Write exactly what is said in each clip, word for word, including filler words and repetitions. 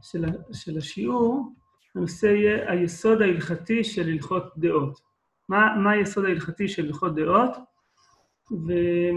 של, של השיעור, הנושא יהיה היסוד ההלכתי של הלכות דעות. מה, מה היסוד ההלכתי של הלכות דעות? ו,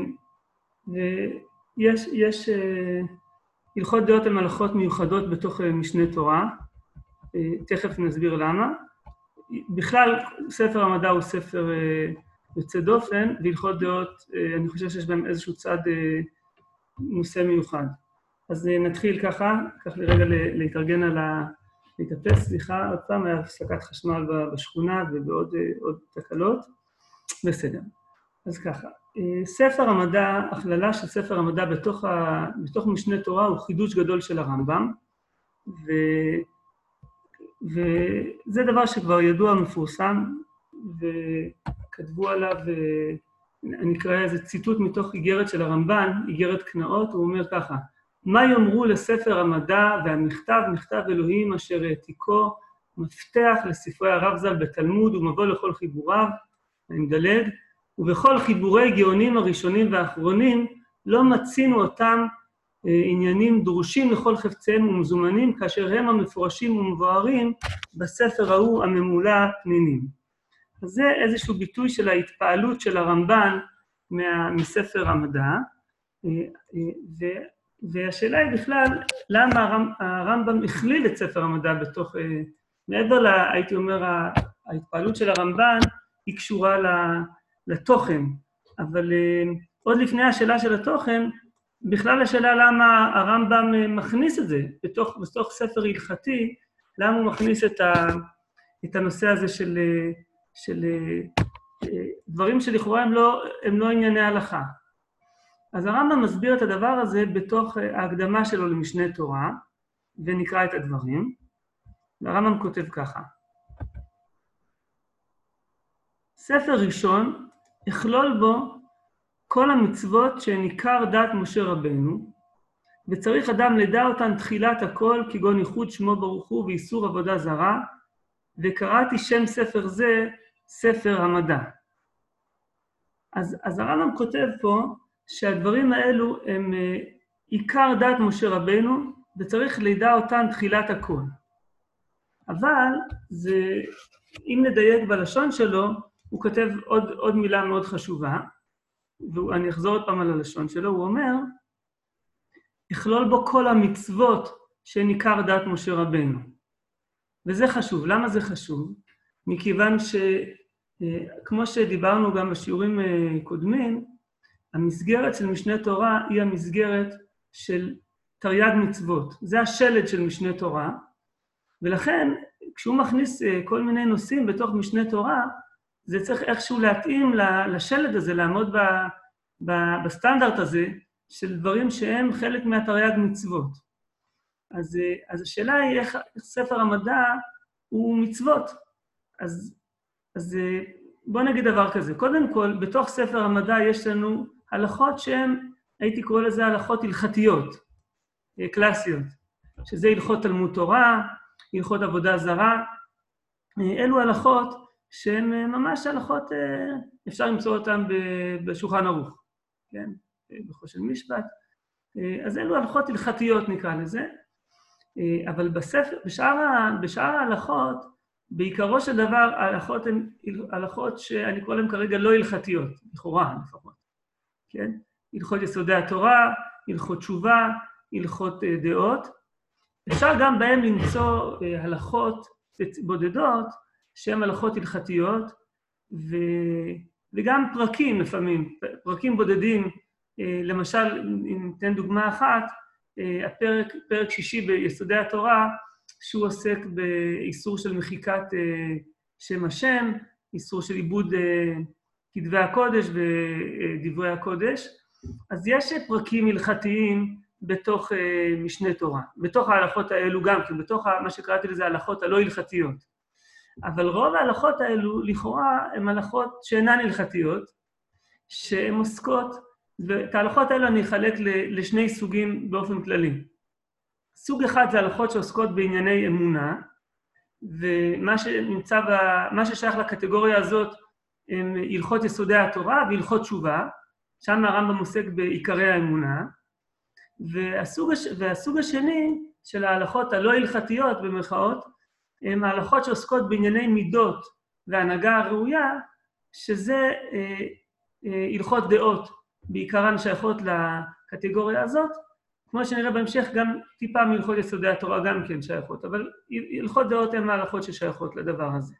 ויש, יש, הלכות דעות הן הלכות מיוחדות בתוך משנה תורה, תכף נסביר למה. בכלל, ספר המדע הוא ספר יוצא דופן, והלכות דעות, אני חושב שיש בהם איזשהו צד נושא מיוחד. אז נתחיל ככה, כך לרגע להתארגן על ה... להתאפס, סליחה, עוד פעם, היה הפסקת חשמל בשכונה ובעוד עוד תקלות. בסדר. אז ככה, ספר המדע, הכללה של ספר המדע בתוך, ה... בתוך משנה תורה הוא חידוש גדול של הרמב"ם, ו... וזה דבר שכבר ידוע מפורסם, וכתבו עליו, אני אקרא איזה ציטוט מתוך איגרת של הרמב"ן, איגרת קנאות, הוא אומר ככה, מה יאמרו לספר המדע והמכתב, מכתב אלוהים אשר העתיקו, מפתח לספרי הרב ז"ל בתלמוד ומבוא לכל חיבוריו, אני מדלג, ובכל חיבורי גאונים הראשונים והאחרונים, לא מצינו אותם עניינים דרושים לכל חפציהם ומזומנים, כאשר הם המפורשים ומבוארים בספר ההוא הממולא פנינים. אז זה איזשהו ביטוי של ההתפעלות של הרמב"ן מה, מספר המדע, ו, והשאלה היא בכלל, למה הרמב, הרמב"ם הכליל את ספר המדע בתוך, מעבר לה, הייתי אומר, ההתפעלות של הרמב"ן היא קשורה לתוכן, אבל עוד לפני השאלה של התוכן, בכלל השאלה למה הרמב"ם מכניס את זה, בתוך, בתוך ספר הלכתי, למה הוא מכניס את, ה, את הנושא הזה של, של דברים שלכאורה הם לא, הם לא ענייני הלכה. אז הרמב"ם מסביר את הדבר הזה בתוך ההקדמה שלו למשנה תורה, ונקרא את הדברים. והרמב"ם כותב ככה. ספר ראשון, הכלול בו כל המצוות שניכר דעת משה רבנו, וצריך אדם לדע אותן תחילת הכל, כגון ייחוד שמו ברוך הוא ואיסור עבודה זרה, וקראתי שם ספר זה, ספר המדע. אז, אז הרמב"ם כותב פה, שהדברים האלו הם עיקר דעת משה רבנו, וצריך לדע אותן תחילת הכל. אבל זה, אם נדייק בלשון שלו, הוא כותב עוד, עוד מילה מאוד חשובה, ואני אחזור עוד פעם על הלשון שלו, הוא אומר, יכלול בו כל המצוות שניכר דעת משה רבנו. וזה חשוב. למה זה חשוב? מכיוון שכמו שדיברנו גם בשיעורים קודמים, המסגרת של משנה תורה היא המסגרת של תרי"ג מצוות. זה השלד של משנה תורה, ולכן כשהוא מכניס כל מיני נושאים בתוך משנה תורה, זה צריך איכשהו להתאים לשלד הזה, לעמוד ב, ב, בסטנדרט הזה של דברים שהם חלק מהתרי"ג מצוות. אז, אז השאלה היא איך ספר המדע הוא מצוות. אז, אז בוא נגיד דבר כזה. קודם כל, בתוך ספר המדע יש לנו הלכות שהן, הייתי קורא לזה הלכות הלכתיות, קלאסיות, שזה הלכות תלמוד תורה, הלכות עבודה זרה. אלו הלכות שהן ממש הלכות, אפשר למצוא אותן בשולחן ערוך, כן? בחושן משפט. אז אלו הלכות הלכתיות נקרא לזה, אבל בספר, בשאר, בשאר ההלכות, בעיקרו של דבר, ההלכות הן הלכות שאני קורא להן כרגע לא הלכתיות, לכאורה לפחות, כן? הלכות יסודי התורה, הלכות תשובה, הלכות דעות. אפשר גם בהן למצוא הלכות בודדות, שהן הלכות הלכתיות, ו... וגם פרקים לפעמים, פרקים בודדים, למשל, אם ניתן דוגמה אחת, הפרק, פרק שישי ביסודי התורה, שהוא עוסק באיסור של מחיקת שם השם, איסור של עיבוד כתבי הקודש ודברי הקודש. אז יש פרקים הלכתיים בתוך משנה תורה, בתוך ההלכות האלו גם, כי בתוך מה שקראתי לזה ההלכות הלא הלכתיות. אבל רוב ההלכות האלו, לכאורה, הן הלכות שאינן הלכתיות, שהן עוסקות, ואת ההלכות האלו אני אחלק לשני סוגים באופן כללי. סוג אחד זה הלכות שעוסקות בענייני אמונה, ומה שנמצא, מה ששייך לקטגוריה הזאת, הם הלכות יסודי התורה והלכות תשובה, שם הרמב"ם עוסק בעיקרי האמונה, והסוג, והסוג השני של ההלכות הלא הלכתיות במרכאות, הן ההלכות שעוסקות בענייני מידות והנהגה הראויה, שזה אה, אה, הלכות דעות, בעיקרן שייכות לקטגוריה הזאת, כמו שנראה בהמשך גם טיפה מהלכות יסודי התורה גם כן שייכות, אבל הלכות דעות הן ההלכות ששייכות לדבר הזה.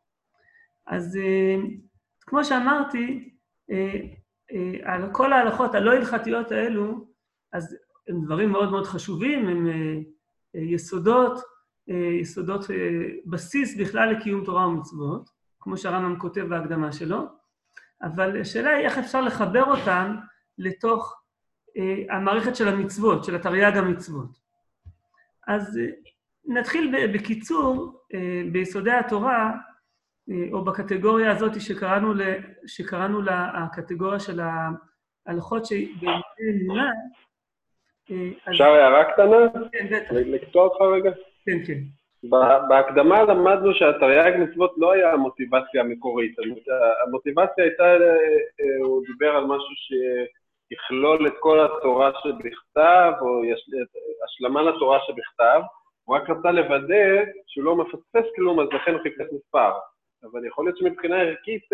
אז אה, כמו שאמרתי, אה, אה, על כל ההלכות הלא הלכתיות האלו, אז הם דברים מאוד מאוד חשובים, הם אה, אה, יסודות, אה, יסודות אה, בסיס בכלל לקיום תורה ומצוות, כמו שהרמב"ם כותב בהקדמה שלו, אבל השאלה היא איך אפשר לחבר אותם לתוך אה, המערכת של המצוות, של התרי"ג המצוות. אז אה, נתחיל בקיצור, אה, ביסודי התורה, אה, או בקטגוריה הזאת שקראנו, ל, שקראנו לה הקטגוריה של ההלכות שבאמת אמונה. אה, אפשר אז... הערה קטנה? כן, בטח. לקטוע אותך רגע? כן, כן. בהקדמה למדנו שהתרי"ג מצוות לא היה המוטיבציה המקורית. המוטיבציה הייתה, הוא דיבר על משהו שיכלול את כל התורה שבכתב, או השלמה לתורה שבכתב, הוא רק רצה לוודא שהוא לא מפספס כלום, אז לכן הוא חיפש מספר. אבל יכול להיות שמבחינה ערכית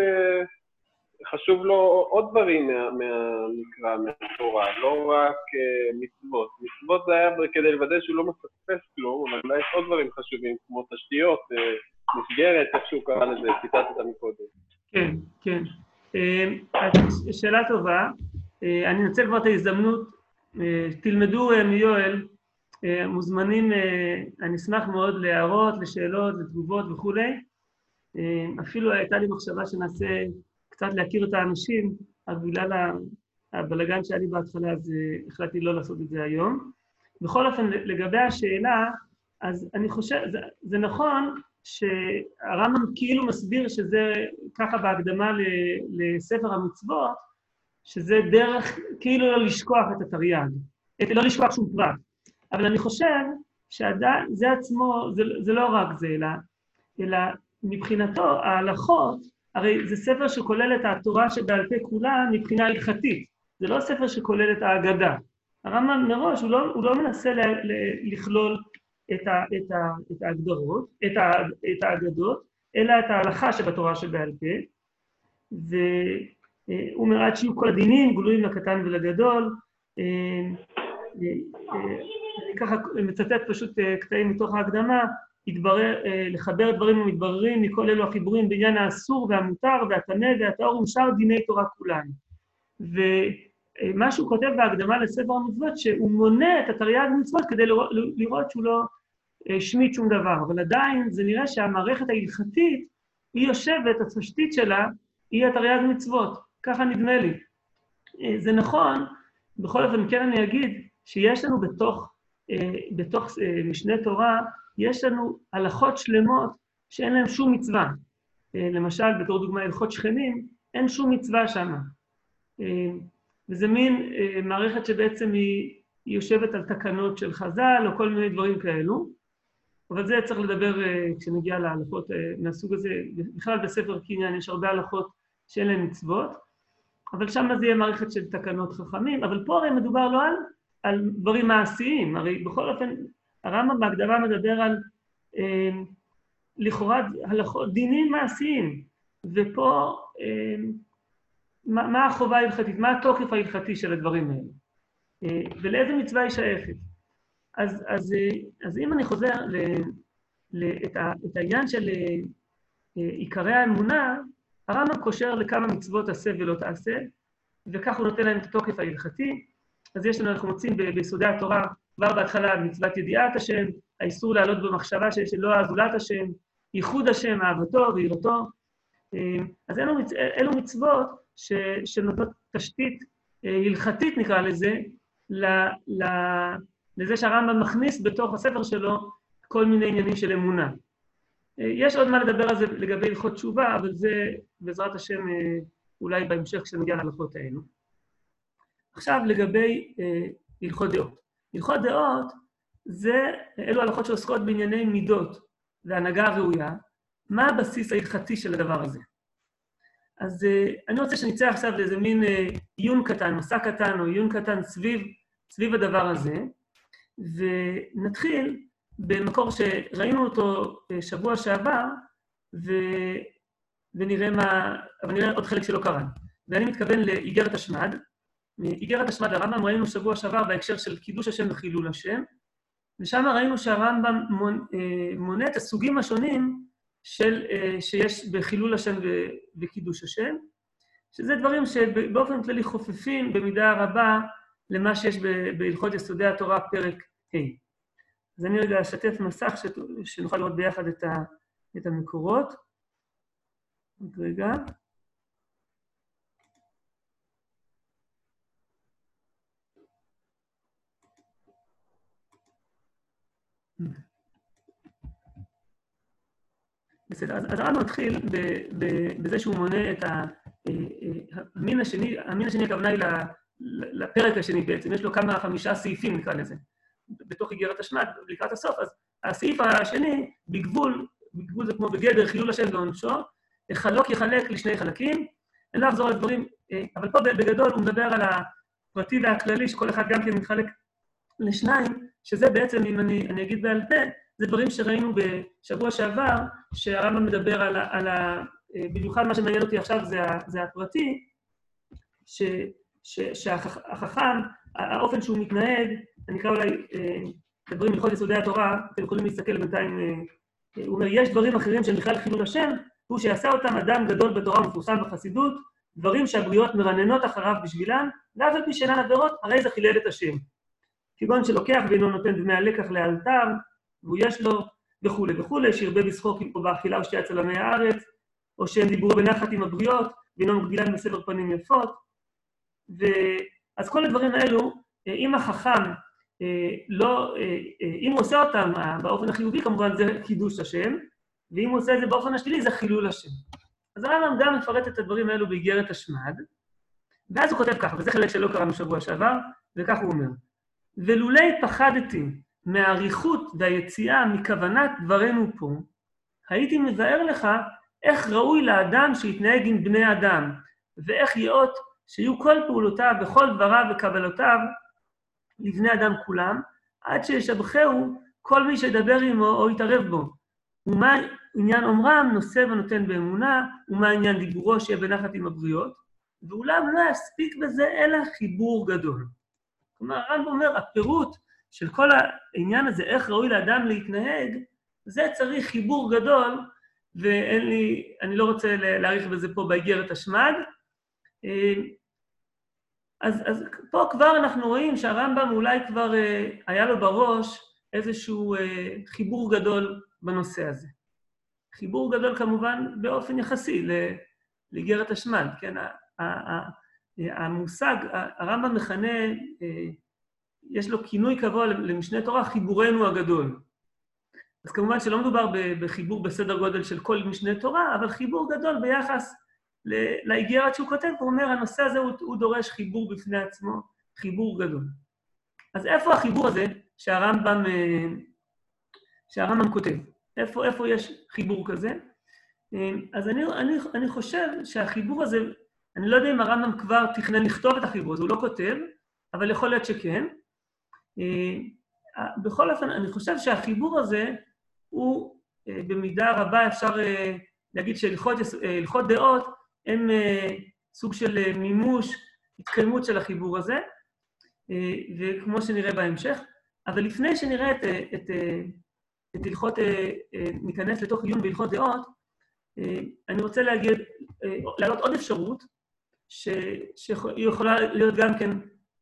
חשוב לו עוד דברים מהמקרא, מהתורה, לא רק מצוות. מצוות זה היה כדי לוודא שהוא לא מפספס כלום, אבל אולי יש עוד דברים חשובים, כמו תשתיות, מסגרת, איך שהוא קרא לזה, ציטטת אותה מקודם. כן, כן. שאלה טובה. אני אנצל כבר את ההזדמנות. תלמדו מיואל, מוזמנים, אני אשמח מאוד להערות, לשאלות, לתגובות וכו'. אפילו הייתה לי מחשבה שנעשה קצת להכיר את האנשים, אז בגלל הבלגן שהיה לי בהתחלה, אז החלטתי לא לעשות את זה היום. בכל אופן, לגבי השאלה, אז אני חושב, זה, זה נכון שהרמב"ם כאילו מסביר שזה ככה בהקדמה לספר המצוות, שזה דרך כאילו לא לשכוח את התרי"ג, לא לשכוח שום פרט. אבל אני חושב שזה עצמו, זה, זה לא רק זה, אלא, אלא מבחינתו, ההלכות, הרי זה ספר שכולל את התורה שבעל פה כולה מבחינה הלכתית. זה לא ספר שכולל את ההגדה. הרמב"ם מראש, הוא לא, הוא לא מנסה ל, ל, לכלול את, ה, את, ה, את ההגדרות, את, ה, את ההגדות, אלא את ההלכה שבתורה שבעל פה. והוא אומר עד שיהיו כל הדינים, גלויים לקטן ולגדול. אני ככה מצטט פשוט קטעים מתוך ההקדמה, יתברר, לחבר דברים המתבררים מכל אלו החיבורים בעניין האסור והמותר והטמא והטהור ושאר דיני תורה כולן. ומה שהוא כותב בהקדמה לספר המצוות, שהוא מונה את התרי"ג מצוות כדי לראות, לראות שהוא לא שמיט שום דבר, אבל עדיין זה נראה שהמערכת ההלכתית, היא יושבת, התשתית שלה, היא התרי"ג מצוות, ככה נדמה לי. זה נכון, בכל אופן כן אני אגיד, שיש לנו בתוך, בתוך משנה תורה, יש לנו הלכות שלמות שאין להן שום מצווה. למשל, בתור דוגמה, הלכות שכנים, אין שום מצווה שם. וזה מין מערכת שבעצם היא, היא יושבת על תקנות של חז"ל, או כל מיני דברים כאלו. אבל זה צריך לדבר כשנגיע להלכות מהסוג הזה. בכלל בספר קניין יש הרבה הלכות שאין להן מצוות, אבל שם זה יהיה מערכת של תקנות חכמים. אבל פה הרי מדובר לא על, על דברים מעשיים. הרי בכל אופן, הרמב"ם בהקדמה מדבר על אה, לכאורה הלכות, דינים מעשיים, ופה אה, מה, מה החובה ההלכתית, מה התוקף ההלכתי של הדברים האלה, אה, ולאיזה מצווה היא שייכת. אז, אז, אה, אז אם אני חוזר ל, ל, את, ה, את העניין של אה, עיקרי האמונה, הרמב"ם קושר לכמה מצוות עשה ולא תעשה, וכך הוא נותן להם את התוקף ההלכתי. אז יש לנו, אנחנו מוצאים ביסודי התורה, כבר בהתחלה מצוות ידיעת השם, האיסור לעלות במחשבה שלא הזולת השם, ייחוד השם, אהבתו ויראתו. אז אלו, אלו מצוות ש, שנותנות תשתית הלכתית, נקרא לזה, ל, ל, לזה שהרמב"ם מכניס בתוך הספר שלו כל מיני עניינים של אמונה. יש עוד מה לדבר על זה לגבי הלכות תשובה, אבל זה בעזרת השם אולי בהמשך כשנגיע להלכות האלו. עכשיו לגבי הלכות דעות. הלכות דעות זה אלו הלכות שעוסקות בענייני מידות והנהגה הראויה. מה הבסיס ההלכתי של הדבר הזה? אז אני רוצה שנצא עכשיו לאיזה מין עיון קטן, מסע קטן או עיון קטן סביב, סביב הדבר הזה, ונתחיל במקור שראינו אותו שבוע שעבר, ו... ונראה מה, אבל נראה עוד חלק שלא קרה. ואני מתכוון לאיגרת השמד. איגרת השמד הרמב"ם ראינו שבוע שעבר בהקשר של קידוש השם וחילול השם, ושם ראינו שהרמב"ם מונה את הסוגים השונים של, שיש בחילול השם וקידוש השם, שזה דברים שבאופן כללי חופפים במידה רבה למה שיש בהלכות יסודי התורה פרק ה'. אז אני רגע אשתף מסך שנוכל לראות ביחד את, ה, את המקורות. עוד רגע. בסדר, אז הרמב"ם מתחיל בזה שהוא מונה את המין השני, המין השני הכוונה היא לפרק השני בעצם, יש לו כמה חמישה סעיפים נקרא לזה, בתוך איגרת השמד, לקראת הסוף, אז הסעיף השני, בגבול, בגבול זה כמו בגדר חילול השם ועונשו, חלוק יחלק לשני חלקים, אני לא אחזור על הדברים, אבל פה בגדול הוא מדבר על הפרטי והכללי, שכל אחד גם כן מתחלק לשניים, שזה בעצם, אם אני, אני אגיד בעל פה, זה דברים שראינו בשבוע שעבר, שהרמב"ם מדבר על ה... על ה במיוחד מה שמעניין אותי עכשיו זה, זה הפרטי, ש, ש, שהחכם, האופן שהוא מתנהג, אני אקרא אולי את הדברים מלכות יסודי התורה, אתם יכולים להסתכל בינתיים, הוא אומר, יש דברים אחרים שהם בכלל חילול השם, הוא שיעשה אותם אדם גדול בתורה ומפורסם בחסידות, דברים שהבריות מרננות אחריו בשבילם, ואף על פי שאינן עבירות, הרי זה חילל את השם. כגון שלוקח ואינו נותן דמי הלקח לאלתר, והוא יש לו, וכו' וכו', שירבה בשחוק או באכילה ושתי צלמי הארץ, או שהם דיברו בנחת עם הבריות, ואינו מגדילן בסבר פנים יפות. ואז כל הדברים האלו, אם החכם לא, אם הוא עושה אותם באופן החיובי, כמובן זה קידוש השם, ואם הוא עושה את זה באופן השלילי, זה חילול השם. אז הרמב"ם גם מפרט את הדברים האלו באיגרת השמד, ואז הוא כותב ככה, וזה חלק שלא קראנו שבוע שעבר, וכך הוא אומר, ולולי פחדתי מהאריכות והיציאה מכוונת דברנו פה, הייתי מבאר לך איך ראוי לאדם שיתנהג עם בני אדם, ואיך יאות שיהיו כל פעולותיו וכל דבריו וקבלותיו לבני אדם כולם, עד שישבחהו כל מי שידבר עמו או יתערב בו. ומה עניין אומרם נושא ונותן באמונה, ומה עניין דיבורו שיהיה בנחת עם הבריות, ואולם לא יספיק בזה אלא חיבור גדול. כלומר, הרמב"ם אומר, הפירוט של כל העניין הזה, איך ראוי לאדם להתנהג, זה צריך חיבור גדול, ואין לי, אני לא רוצה להאריך בזה פה באיגרת השמד. אז, אז פה כבר אנחנו רואים שהרמב"ם אולי כבר היה לו בראש איזשהו חיבור גדול בנושא הזה. חיבור גדול כמובן באופן יחסי לאיגרת השמד, כן? המושג, הרמב"ם מכנה, יש לו כינוי קבוע למשנה תורה, חיבורנו הגדול. אז כמובן שלא מדובר בחיבור בסדר גודל של כל משנה תורה, אבל חיבור גדול ביחס לאיגרת שהוא כותב, הוא אומר, הנושא הזה הוא, הוא דורש חיבור בפני עצמו, חיבור גדול. אז איפה החיבור הזה שהרמב"ם, שהרמב"ם כותב? איפה, איפה יש חיבור כזה? אז אני, אני, אני חושב שהחיבור הזה, אני לא יודע אם הרמב"ם כבר תכנן לכתוב את החיבור הזה, הוא לא כותב, אבל יכול להיות שכן. בכל אופן, אני חושב שהחיבור הזה הוא במידה רבה אפשר להגיד שהלכות דעות הם סוג של מימוש, התקיימות של החיבור הזה, וכמו שנראה בהמשך. אבל לפני שנראה את, את, את הלכות, ניכנס לתוך עיון בהלכות דעות, אני רוצה להגיד, להעלות עוד אפשרות, שהיא יכולה להיות גם כן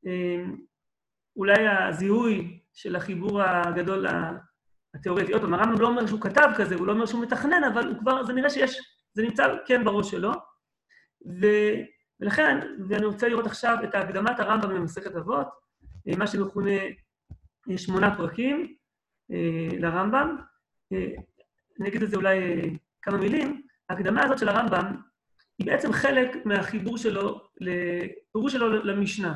אולי הזיהוי של החיבור הגדול התיאורטי. עוד פעם, הרמב"ם לא אומר שהוא כתב כזה, הוא לא אומר שהוא מתכנן, אבל הוא כבר, זה נראה שיש, זה נמצא כן בראש שלו. ו, ולכן, ואני רוצה לראות עכשיו את הקדמת הרמב"ם למסכת אבות, מה שמכונה שמונה פרקים לרמב"ם. אני אגיד את זה אולי כמה מילים. ההקדמה הזאת של הרמב"ם היא בעצם חלק מהחיבור שלו, לפירוש שלו למשנה.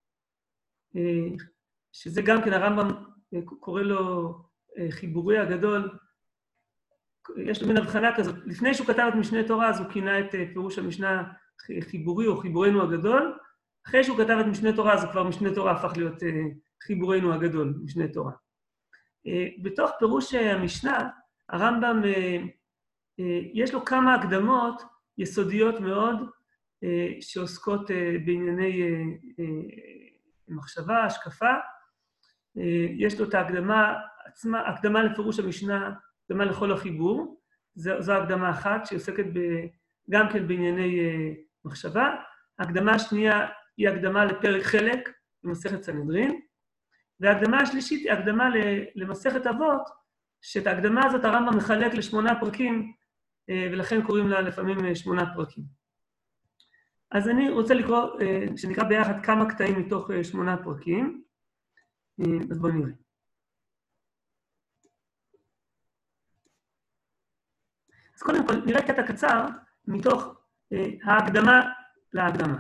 שזה גם כן הרמב"ם קורא לו חיבורי הגדול. יש לו מין הבחנה כזאת. לפני שהוא כתב את משנה תורה, אז הוא כינה את פירוש המשנה חיבורי או חיבורנו הגדול. אחרי שהוא כתב את משנה תורה, אז כבר משנה תורה הפך להיות חיבורנו הגדול, משנה תורה. בתוך פירוש המשנה, הרמב"ם יש לו כמה הקדמות יסודיות מאוד, שעוסקות בענייני מחשבה, השקפה. יש לו את ההקדמה עצמה, הקדמה לפירוש המשנה, הקדמה לכל החיבור. זו, זו הקדמה אחת שעוסקת ב, גם כן בענייני מחשבה. ההקדמה השנייה היא הקדמה לפרק חלק במסכת סנהדרין. וההקדמה השלישית היא הקדמה למסכת אבות, שאת ההקדמה הזאת הרמב"ם מחלק לשמונה פרקים, ולכן קוראים לה לפעמים שמונה פרקים. אז אני רוצה לקרוא, שנקרא ביחד כמה קטעים מתוך שמונה פרקים. אז בואו נראה. אז קודם כל נראה קטע קצר מתוך ההקדמה להקדמה.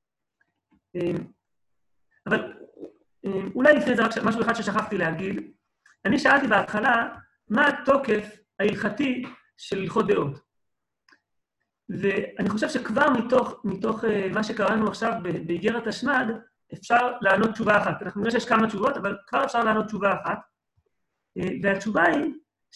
אבל אולי לפני זה רק משהו אחד ששכחתי להגיד. אני שאלתי בהתחלה מה התוקף ההלכתי של הלכות דעות. ואני חושב שכבר מתוך, מתוך מה שקראנו עכשיו באיגרת השמד, אפשר לענות תשובה אחת. אנחנו נראה שיש כמה תשובות, אבל כבר אפשר לענות תשובה אחת. והתשובה היא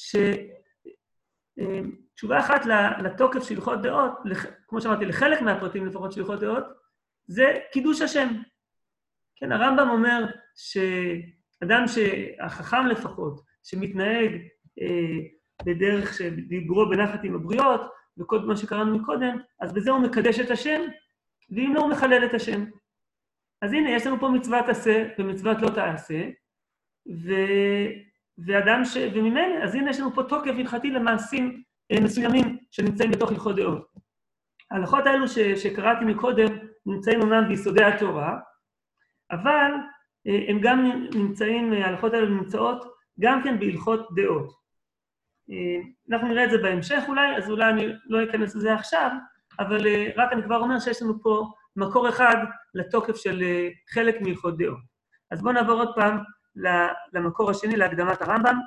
שתשובה אחת לתוקף של הלכות דעות, כמו שאמרתי, לחלק מהפרטים לפחות של הלכות דעות, זה קידוש השם. כן, הרמב"ם אומר שאדם שהחכם לפחות, שמתנהג אה, בדרך שדיברו בנחת עם הבריות, וכל מה שקראנו מקודם, אז בזה הוא מקדש את השם, ואם לא הוא מחלל את השם. אז הנה, יש לנו פה מצוות עשה ומצוות לא תעשה, ו... ואדם ש... וממילא, אז הנה יש לנו פה תוקף הלכתי למעשים אה, מסוימים שנמצאים בתוך הלכות דעות. ההלכות האלו ש... שקראתי מקודם נמצאים אומנם ביסודי התורה, אבל הם גם נמצאים, ההלכות האלה נמצאות גם כן בהלכות דעות. אנחנו נראה את זה בהמשך אולי, אז אולי אני לא אכנס לזה עכשיו, אבל רק אני כבר אומר שיש לנו פה מקור אחד לתוקף של חלק מהלכות דעות. אז בואו נעבור עוד פעם למקור השני, להקדמת הרמב"ם,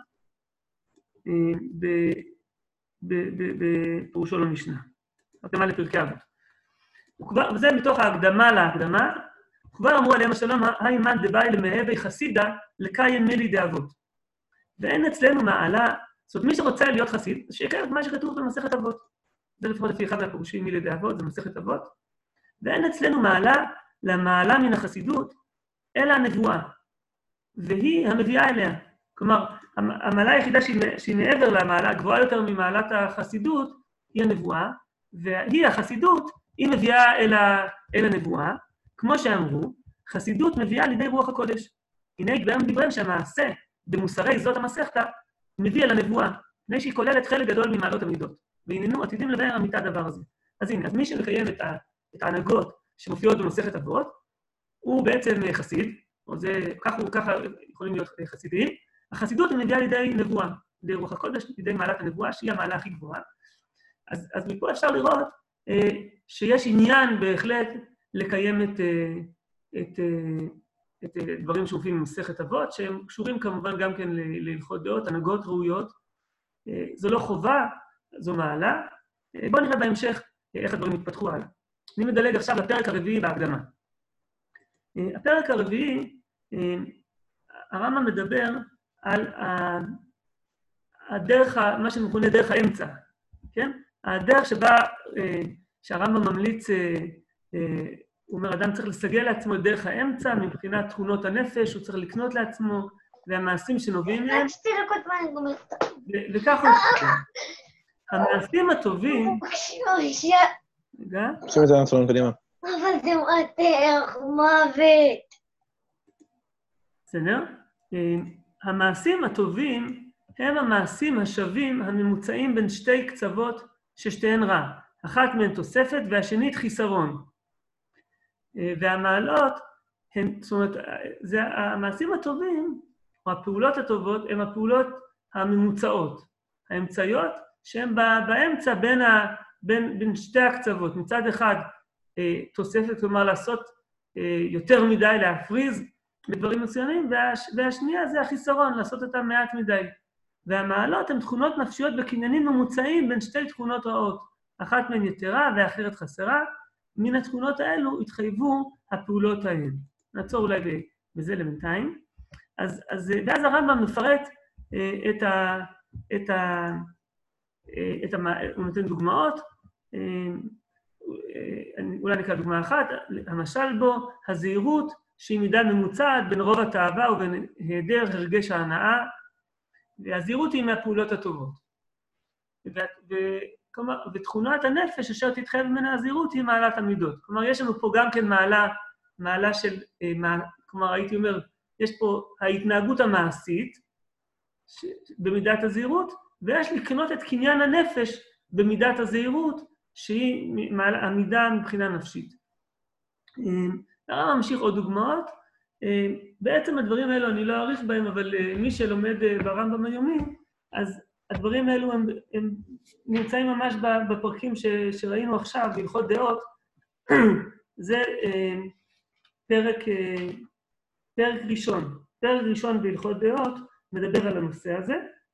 בפירושו למשנה. הקדמה לפרקי אבות. וזה מתוך ההקדמה להקדמה, כבר אמרו עליהם השלום, הימן דבאי למהבי חסידה לקיים מילי דאבות. ואין אצלנו מעלה, זאת אומרת, מי שרוצה להיות חסיד, שיקיים את מה שכתוב במסכת אבות. זה לפחות לפי אחד מהפירושים מילי דאבות, זה מסכת אבות. ואין אצלנו מעלה למעלה מן החסידות, אלא הנבואה. והיא המביאה אליה. כלומר, המעלה היחידה שהיא מעבר למעלה, גבוהה יותר ממעלת החסידות, היא הנבואה, והיא החסידות, היא מביאה אל הנבואה. כמו שאמרו, חסידות מביאה לידי רוח הקודש. הנה יקבעם דבריהם שהמעשה במוסרי זאת המסכתא מביא אל הנבואה, לפני שהיא כוללת חלק גדול ממעלות המידות. והננו עתידים לבאר אמיתה הדבר הזה. אז הנה, אז מי שמקיים את, ה, את ההנהגות שמופיעות במסכת אבות, הוא בעצם חסיד, או זה, ככה, ככה יכולים להיות חסידים. החסידות מביאה לידי נבואה, לידי רוח הקודש, לידי מעלת הנבואה, שהיא המעלה הכי גבוהה. אז, אז מפה אפשר לראות אה, שיש עניין בהחלט לקיים את, את, את, את דברים שמופיעים במסכת אבות, שהם קשורים כמובן גם כן להלכות דעות, הנהגות ראויות. זו לא חובה, זו מעלה. בואו נראה בהמשך איך הדברים יתפתחו הלאה. אני מדלג עכשיו לפרק הרביעי בהקדמה. הפרק הרביעי, הרמב"ם מדבר על הדרך, מה שמכונה דרך האמצע, כן? הדרך שבה, שהרמב"ם ממליץ, הוא אומר, אדם צריך לסגל לעצמו את דרך האמצע, מבחינת תכונות הנפש, הוא צריך לקנות לעצמו, והמעשים שנובעים להם. רק שתי דקות מה אני גומרת. וכך הוא מסתכל. המעשים הטובים... רגע. חושב את זה נצלון קדימה. אבל זה מרתח, מוות. בסדר? המעשים הטובים הם המעשים השווים הממוצעים בין שתי קצוות ששתיהן רע. אחת מהן תוספת והשנית חיסרון. והמעלות, הן, זאת אומרת, זה, המעשים הטובים, או הפעולות הטובות, הן הפעולות הממוצעות, האמצעיות, שהן באמצע בין, ה, בין, בין שתי הקצוות. מצד אחד, תוספת, כלומר לעשות יותר מדי, להפריז בדברים מסוימים, והש, והשנייה זה החיסרון, לעשות אותם מעט מדי. והמעלות הן תכונות נפשיות וקניינים ממוצעים בין שתי תכונות רעות. אחת מהן יתרה והאחרת חסרה. מן התכונות האלו התחייבו הפעולות ההן. נעצור אולי בזה לבינתיים. אז, אז, ואז הרמב"ם מפרט את ה... את ה... את ה... הוא נותן דוגמאות, אולי נקרא דוגמה אחת, המשל בו, הזהירות שהיא מידה ממוצעת בין רוב התאווה ובין היעדר הרגש ההנאה, והזהירות היא מהפעולות הטובות. וכלומר, ותכונת הנפש אשר תתחייב ממנה הזהירות היא מעלת המידות. כלומר, יש לנו פה גם כן מעלה, מעלה של, כלומר, הייתי אומר, יש פה ההתנהגות המעשית במידת הזהירות, ויש לקנות את קניין הנפש במידת הזהירות, שהיא עמידה מבחינה נפשית. הרב ממשיך עוד דוגמאות. בעצם הדברים האלו, אני לא אעריך בהם, אבל מי שלומד ברמב"ם היומי, אז הדברים האלו הם, הם נמצאים ממש בפרקים ש, שראינו עכשיו, בהלכות דעות. זה פרק, פרק ראשון. פרק ראשון בהלכות דעות מדבר על הנושא הזה.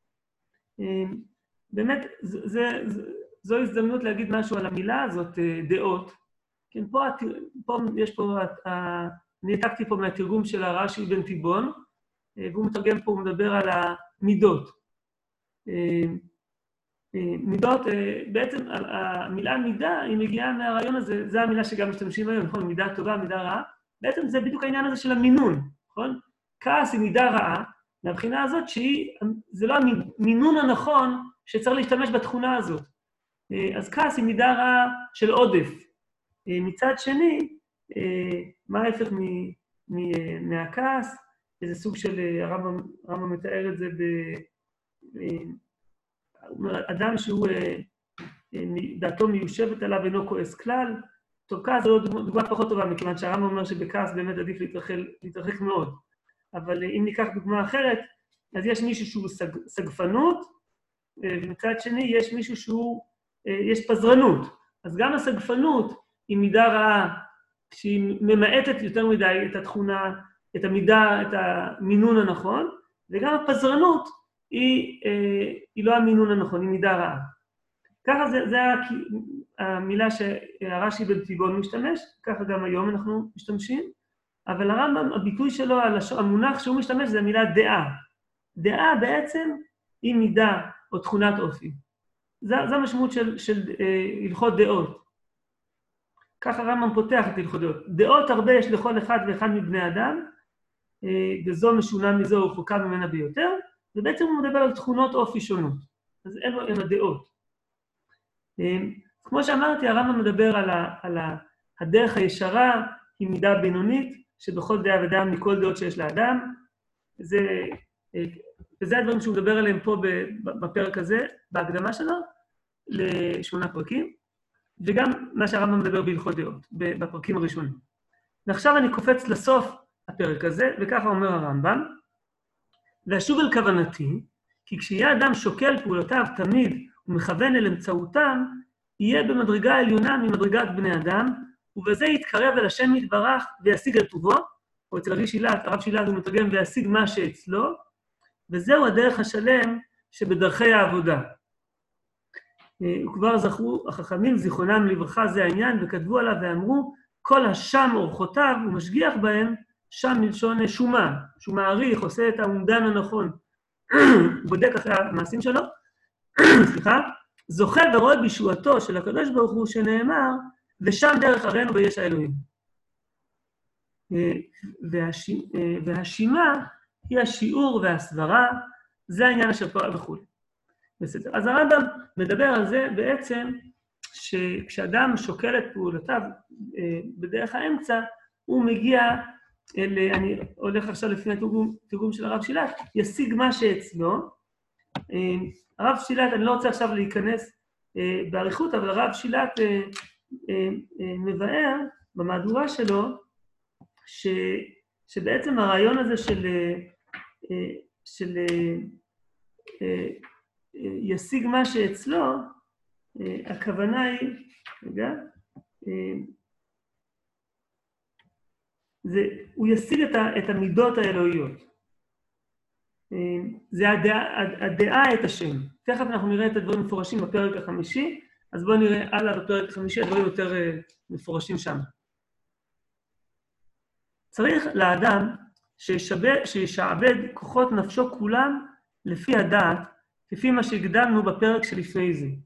באמת, זה, זה, זו הזדמנות להגיד משהו על המילה הזאת, דעות. כן, פה, פה יש פה, אני העתקתי פה מהתרגום של הרש"י בן תיבון, והוא מתרגם פה, הוא מדבר על המידות. מידות, בעצם המילה מידה, היא מגיעה מהרעיון הזה, זו המילה שגם משתמשים היום, נכון? מידה טובה, מידה רעה. בעצם זה בדיוק העניין הזה של המינון, נכון? כעס היא מידה רעה, מהבחינה הזאת שהיא, זה לא המינון הנכון שצריך להשתמש בתכונה הזאת. אז כעס היא מידה רעה של עודף. מצד שני, מה ההפך מהכעס? איזה סוג של, הרמב"ם מתאר את זה ב... אדם שהוא, דעתו מיושבת עליו אינו כועס כלל. טוב, כעס זו דוגמה פחות טובה, מכיוון שהרמב"ם אומר שבכעס באמת עדיף להתרחק מאוד. אבל אם ניקח דוגמה אחרת, אז יש מישהו שהוא סגפנות, ומצד שני יש מישהו שהוא, יש פזרנות. אז גם הסגפנות היא מידה רעה, שהיא ממעטת יותר מדי את התכונה, את המידה, את המינון הנכון, וגם הפזרנות היא, היא לא המינון הנכון, היא מידה רעה. ככה זה, זה המילה שהרש"י בן תיבון משתמש, ככה גם היום אנחנו משתמשים, אבל הרמב"ם, הביטוי שלו, המונח שהוא משתמש, זה המילה דעה. דעה בעצם היא מידה או תכונת אופי. זו המשמעות של, של הלכות דעות. ככה הרמב"ם פותח את הלכות דעות. דעות הרבה יש לכל אחד ואחד מבני אדם, וזו משונה מזו ורחוקה ממנה ביותר, ובעצם הוא מדבר על תכונות אופי שונות. אז אלו הם הדעות. כמו שאמרתי, הרמב"ם מדבר על, ה, על ה, הדרך הישרה, היא מידה בינונית, שבכל דעה ודעה מכל דעות שיש לאדם. זה, וזה הדברים שהוא מדבר עליהם פה בפרק הזה, בהקדמה שלו, לשמונה פרקים, וגם מה שהרמב"ם מדבר בהלכות דעות, בפרקים הראשונים. ועכשיו אני קופץ לסוף הפרק הזה, וככה אומר הרמב"ם, ואשוב אל כוונתי, כי כשיהיה אדם שוקל פעולותיו תמיד ומכוון אל אמצעותם, יהיה במדרגה עליונה ממדרגת בני אדם, ובזה יתקרב אל השם יתברך וישיג על טובו, או אצל הרב שילת, הרב שילת הוא מתרגם וישיג מה שאצלו, וזהו הדרך השלם שבדרכי העבודה. וכבר זכרו החכמים זיכרונם לברכה זה העניין, וכתבו עליו ואמרו, כל השם אורחותיו ומשגיח בהם, שם מלשון שומה, שהוא מעריך, עושה את האומדן הנכון, בודק אחרי המעשים שלו, סליחה, זוכה ורואה בישועתו של הקדוש ברוך הוא שנאמר, ושם דרך ארנו ויש האלוהים. והשימה היא השיעור והסברה, זה העניין אשר פועל וכו'. בסדר. אז הרמב"ם מדבר על זה בעצם, שכשאדם שוקל את פעולותיו בדרך האמצע, הוא מגיע אל, אני הולך עכשיו לפני התרגום, תרגום של הרב שילת, ישיג מה שאצלו. הרב שילת, אני לא רוצה עכשיו להיכנס בעריכות, אבל הרב שילת מבאר במהדורה שלו, ש, שבעצם הרעיון הזה של, של ישיג מה שאצלו, הכוונה היא, רגע, זה, הוא ישיג את, ה, את המידות האלוהיות. זה הדעה, הדעה את השם. תכף אנחנו נראה את הדברים מפורשים בפרק החמישי, אז בואו נראה הלאה בפרק החמישי, הדברים יותר מפורשים שם. צריך לאדם שישעבד, שישעבד כוחות נפשו כולם לפי הדעת, כפי מה שהקדמנו בפרק שלפני זה.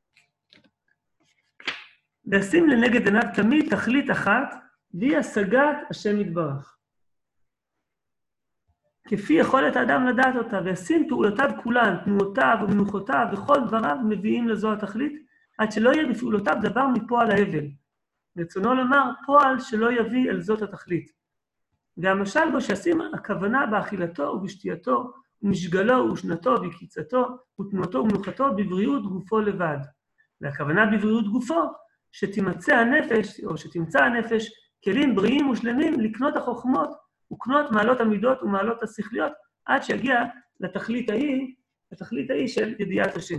לשים לנגד עיניו תמיד תכלית אחת, והיא השגת השם יתברך. כפי יכולת האדם לדעת אותה, וישים פעולותיו כולן, תנועותיו ומנוחותיו וכל דבריו מביאים לזו התכלית, עד שלא יהיה בפעולותיו דבר מפועל ההבל. רצונו לומר, פועל שלא יביא אל זאת התכלית. והמשל בו שישים הכוונה באכילתו ובשתייתו, ומשגלו ושנתו וקיצתו, ותנועתו ומנוחתו בבריאות גופו לבד. והכוונה בבריאות גופו, שתמצא הנפש, או שתמצא הנפש, כלים בריאים ושלמים לקנות החוכמות, וקנות מעלות המידות ומעלות השכליות, עד שיגיע לתכלית ההיא, לתכלית ההיא של ידיעת השם.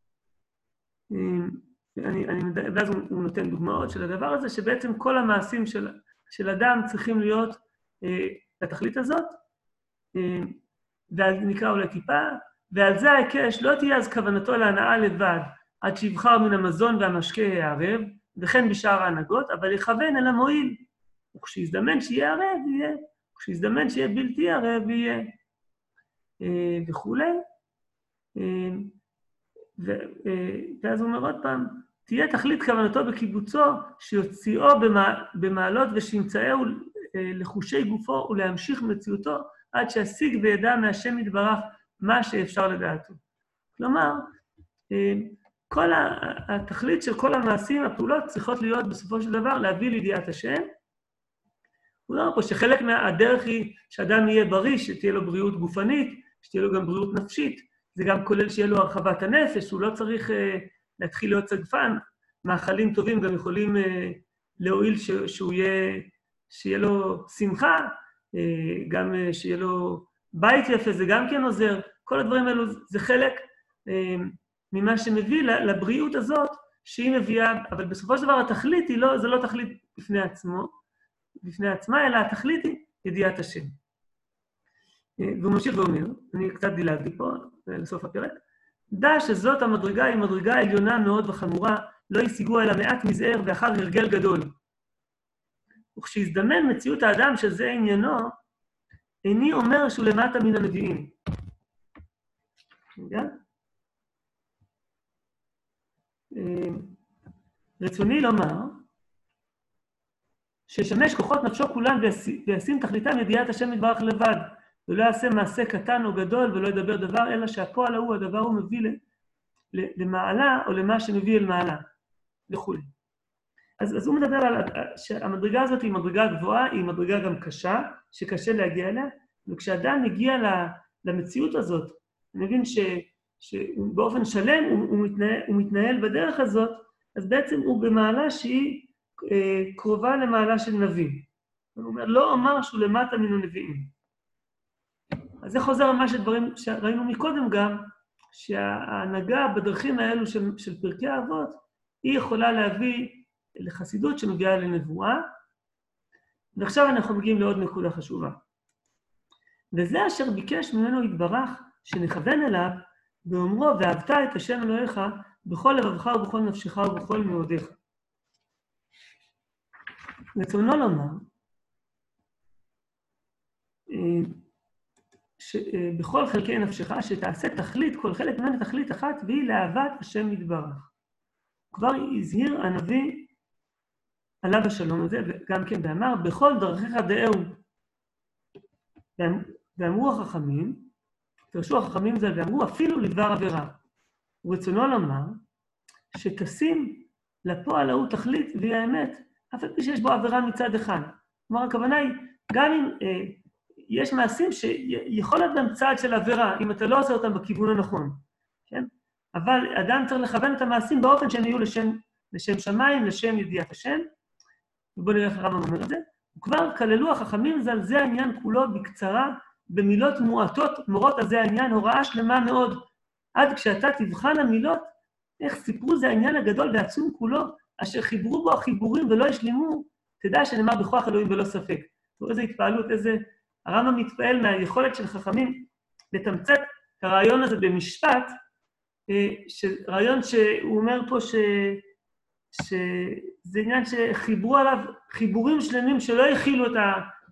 אני, אני, ואז הוא נותן דוגמאות של הדבר הזה, שבעצם כל המעשים של, של אדם צריכים להיות אה, לתכלית הזאת, אה, ואז נקרא אולי טיפה, ועל זה ההיקש לא תהיה אז כוונתו להנאה לבד, עד שיבחר מן המזון והמשקה הערב, וכן בשאר ההנהגות, אבל יכוון אל המועיל. וכשיזדמן שיהיה ערב, יהיה. וכשיזדמן שיהיה בלתי ערב, יהיה. אה, וכו'. אה, ואז הוא אומר עוד פעם, תהיה תכלית כוונתו בקיבוצו, שיוציאו במעלות ושימצאהו לחושי גופו ולהמשיך מציאותו, עד שישיג וידע מהשם יתברך מה שאפשר לדעתו. כלומר, כל התכלית של כל המעשים, הפעולות, צריכות להיות בסופו של דבר להביא לידיעת השם. הוא אומר פה שחלק מהדרך היא שאדם יהיה בריא, שתהיה לו בריאות גופנית, שתהיה לו גם בריאות נפשית, זה גם כולל שיהיה לו הרחבת הנפש, הוא לא צריך uh, להתחיל להיות צגפן, מאכלים טובים גם יכולים uh, להועיל ש- שהוא יהיה, שיהיה לו שמחה, uh, גם uh, שיהיה לו בית יפה, זה גם כן עוזר, כל הדברים האלו זה חלק uh, ממה שמביא לבריאות הזאת שהיא מביאה, אבל בסופו של דבר התכלית היא לא, זה לא תכלית בפני עצמו, בפני עצמה, אלא התכלית היא ידיעת השם. והוא ממשיך ואומר, אני קצת דילגתי פה, לסוף הפרק, דע שזאת המדרגה היא מדרגה עליונה מאוד וחמורה, לא ישיגו אלא מעט מזער ואחר הרגל גדול. וכשיזדמן מציאות האדם שזה עניינו, איני אומר שהוא למטה מן הנביאים. רגע? רצוני לומר, שישמש כוחות נפשו כולם וישים תכליתם ידיעת השם יתברך לבד, ולא יעשה מעשה קטן או גדול ולא ידבר דבר, אלא שהפועל ההוא, הדבר הוא מביא למעלה או למה שמביא אל מעלה, וכו'. אז, אז הוא מדבר על שהמדרגה הזאת היא מדרגה גבוהה, היא מדרגה גם קשה, שקשה להגיע אליה, וכשאדם מגיע למציאות הזאת, אני מבין ש, שבאופן שלם הוא, הוא, מתנהל, הוא מתנהל בדרך הזאת, אז בעצם הוא במעלה שהיא אה, קרובה למעלה של נביא. הוא אומר, לא אומר שהוא למטה מן הנביאים. אז זה חוזר על מה שדברים שראינו מקודם גם, שההנהגה בדרכים האלו של, של פרקי האבות, היא יכולה להביא לחסידות שמביאה לנבואה, ועכשיו אנחנו מגיעים לעוד נקודה חשובה. וזה אשר ביקש ממנו יתברך, שנכוון אליו, באומרו, ואהבת את השם אלוהיך, בכל לבבך ובכל נפשך ובכל מאודיך. רצונו לומר, שבכל חלקי נפשך, שתעשה תכלית, כל חלק ממנו תכלית אחת, והיא לאהבת השם יתברך. כבר הזהיר הנביא עליו השלום הזה, וגם כן ואמר, בכל דרכיך דאהו. ואמרו החכמים, תרשו החכמים זה, ואמרו אפילו לדבר עבירה. ורצונו לומר, שתשים לפועל ההוא תכלית, והיא האמת, אף על פי שיש בו עבירה מצד אחד. כלומר, הכוונה היא, גם אם אה, יש מעשים שיכול להיות בהם צעד של עבירה, אם אתה לא עושה אותם בכיוון הנכון, כן? אבל אדם צריך לכוון את המעשים באופן שהם יהיו לשם, לשם שמיים, לשם ידיעת השם, ובואו נראה איך הרמב"ם אומר את זה. וכבר כללו החכמים זה על זה העניין כולו בקצרה, במילות מועטות, מורות על זה העניין, הוראה שלמה מאוד. עד כשאתה תבחן המילות, איך סיפרו זה העניין הגדול והעצום כולו, אשר חיברו בו החיבורים ולא השלימו, תדע שנאמר בכוח אלוהים ולא ספק. איזו התפעלות, איזה... הרמב"ם מתפעל מהיכולת של חכמים לתמצת את הרעיון הזה במשפט, רעיון שהוא אומר פה ש... שזה עניין שחיברו עליו חיבורים שלמים שלא הכילו את, ה...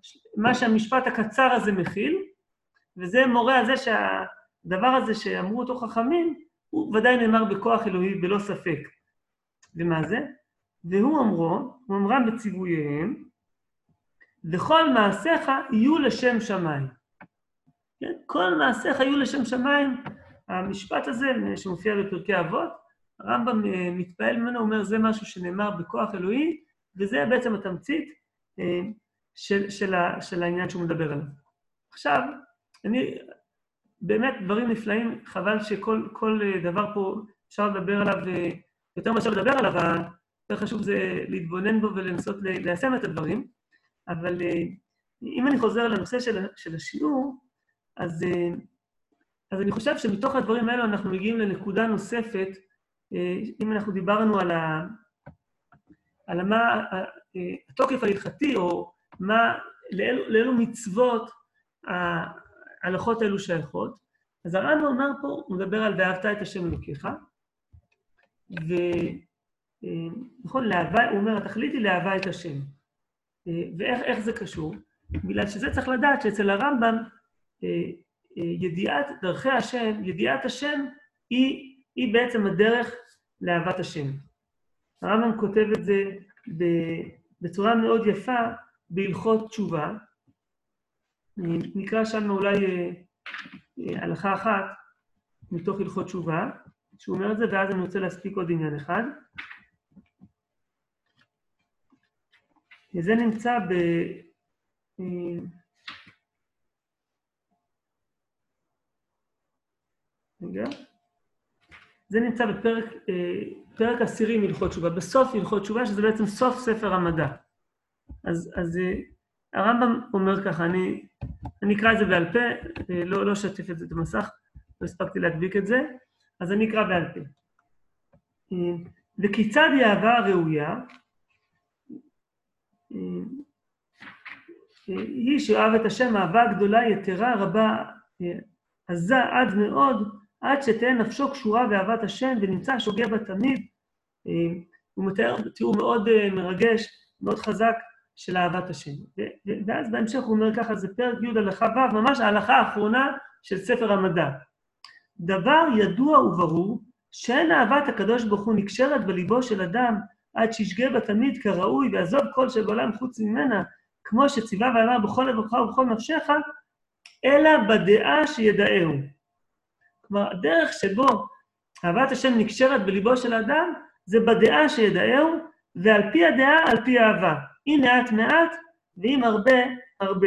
מה שהמשפט הקצר הזה מכיל, וזה מורה על זה שהדבר הזה שאמרו אותו חכמים, הוא ודאי נאמר בכוח אלוהי בלא ספק. ומה זה? והוא אמרו, הוא אמרם בציווייהם, וכל מעשיך יהיו לשם שמיים. כן? כל מעשיך יהיו לשם שמיים. המשפט הזה שמופיע בפרקי אבות, הרמב"ם מתפעל ממנו, הוא אומר, זה משהו שנאמר בכוח אלוהי, וזה בעצם התמצית של, של, ה, של העניין שהוא מדבר עליו. עכשיו, אני, באמת דברים נפלאים, חבל שכל כל דבר פה אפשר לדבר עליו, יותר מאשר לדבר עליו, יותר חשוב זה להתבונן בו ולנסות ליישם את הדברים, אבל אם אני חוזר לנושא של, של השיעור, אז, אז אני חושב שמתוך הדברים האלו אנחנו מגיעים לנקודה נוספת, אם אנחנו דיברנו על, ה, על מה התוקף ההלכתי, או מה, לאלו, לאלו מצוות ההלכות האלו שייכות, אז הרמב"ם אומר פה, הוא מדבר על ואהבת את השם אלוקיך, ונכון, לאהבה, הוא אומר, התכלית היא לאהבה את השם. ואיך איך זה קשור? בגלל שזה צריך לדעת שאצל הרמב"ם, ידיעת דרכי השם, ידיעת השם, היא, היא בעצם הדרך לאהבת השם. הרמב"ם כותב את זה בצורה מאוד יפה, בהלכות תשובה. נקרא שם אולי הלכה אחת מתוך הלכות תשובה, שהוא אומר את זה, ואז אני רוצה להספיק עוד עניין אחד. וזה נמצא ב... רגע. זה נמצא בפרק פרק עשירי מהלכות תשובה, בסוף הלכות תשובה, שזה בעצם סוף ספר המדע. אז, אז הרמב"ם אומר ככה, אני, אני אקרא את זה בעל פה, לא, לא שתף את זה את המסך, לא הספקתי להדביק את זה, אז אני אקרא בעל פה. וכיצד היא אהבה הראויה? היא שאוהב את השם אהבה גדולה, יתרה, רבה, עזה עד מאוד, עד שתהיה נפשו קשורה באהבת השם ונמצא שוגע בה תמיד. הוא מתאר תיאור מאוד מרגש, מאוד חזק של אהבת השם. ואז בהמשך הוא אומר ככה, זה פרק י' הלכה ו', ממש ההלכה האחרונה של ספר המדע. דבר ידוע וברור, שאין אהבת הקדוש ברוך הוא נקשרת בליבו של אדם, עד שישגה בה תמיד כראוי, ועזוב כל שבעולם חוץ ממנה, כמו שציווה ואמר בכל לבבך ובכל נפשך, אלא בדעה שידעהו. כלומר, הדרך שבו אהבת השם נקשרת בליבו של האדם, זה בדעה שידעהו, ועל פי הדעה, על פי האהבה. אם מעט מעט, ואם הרבה, הרבה.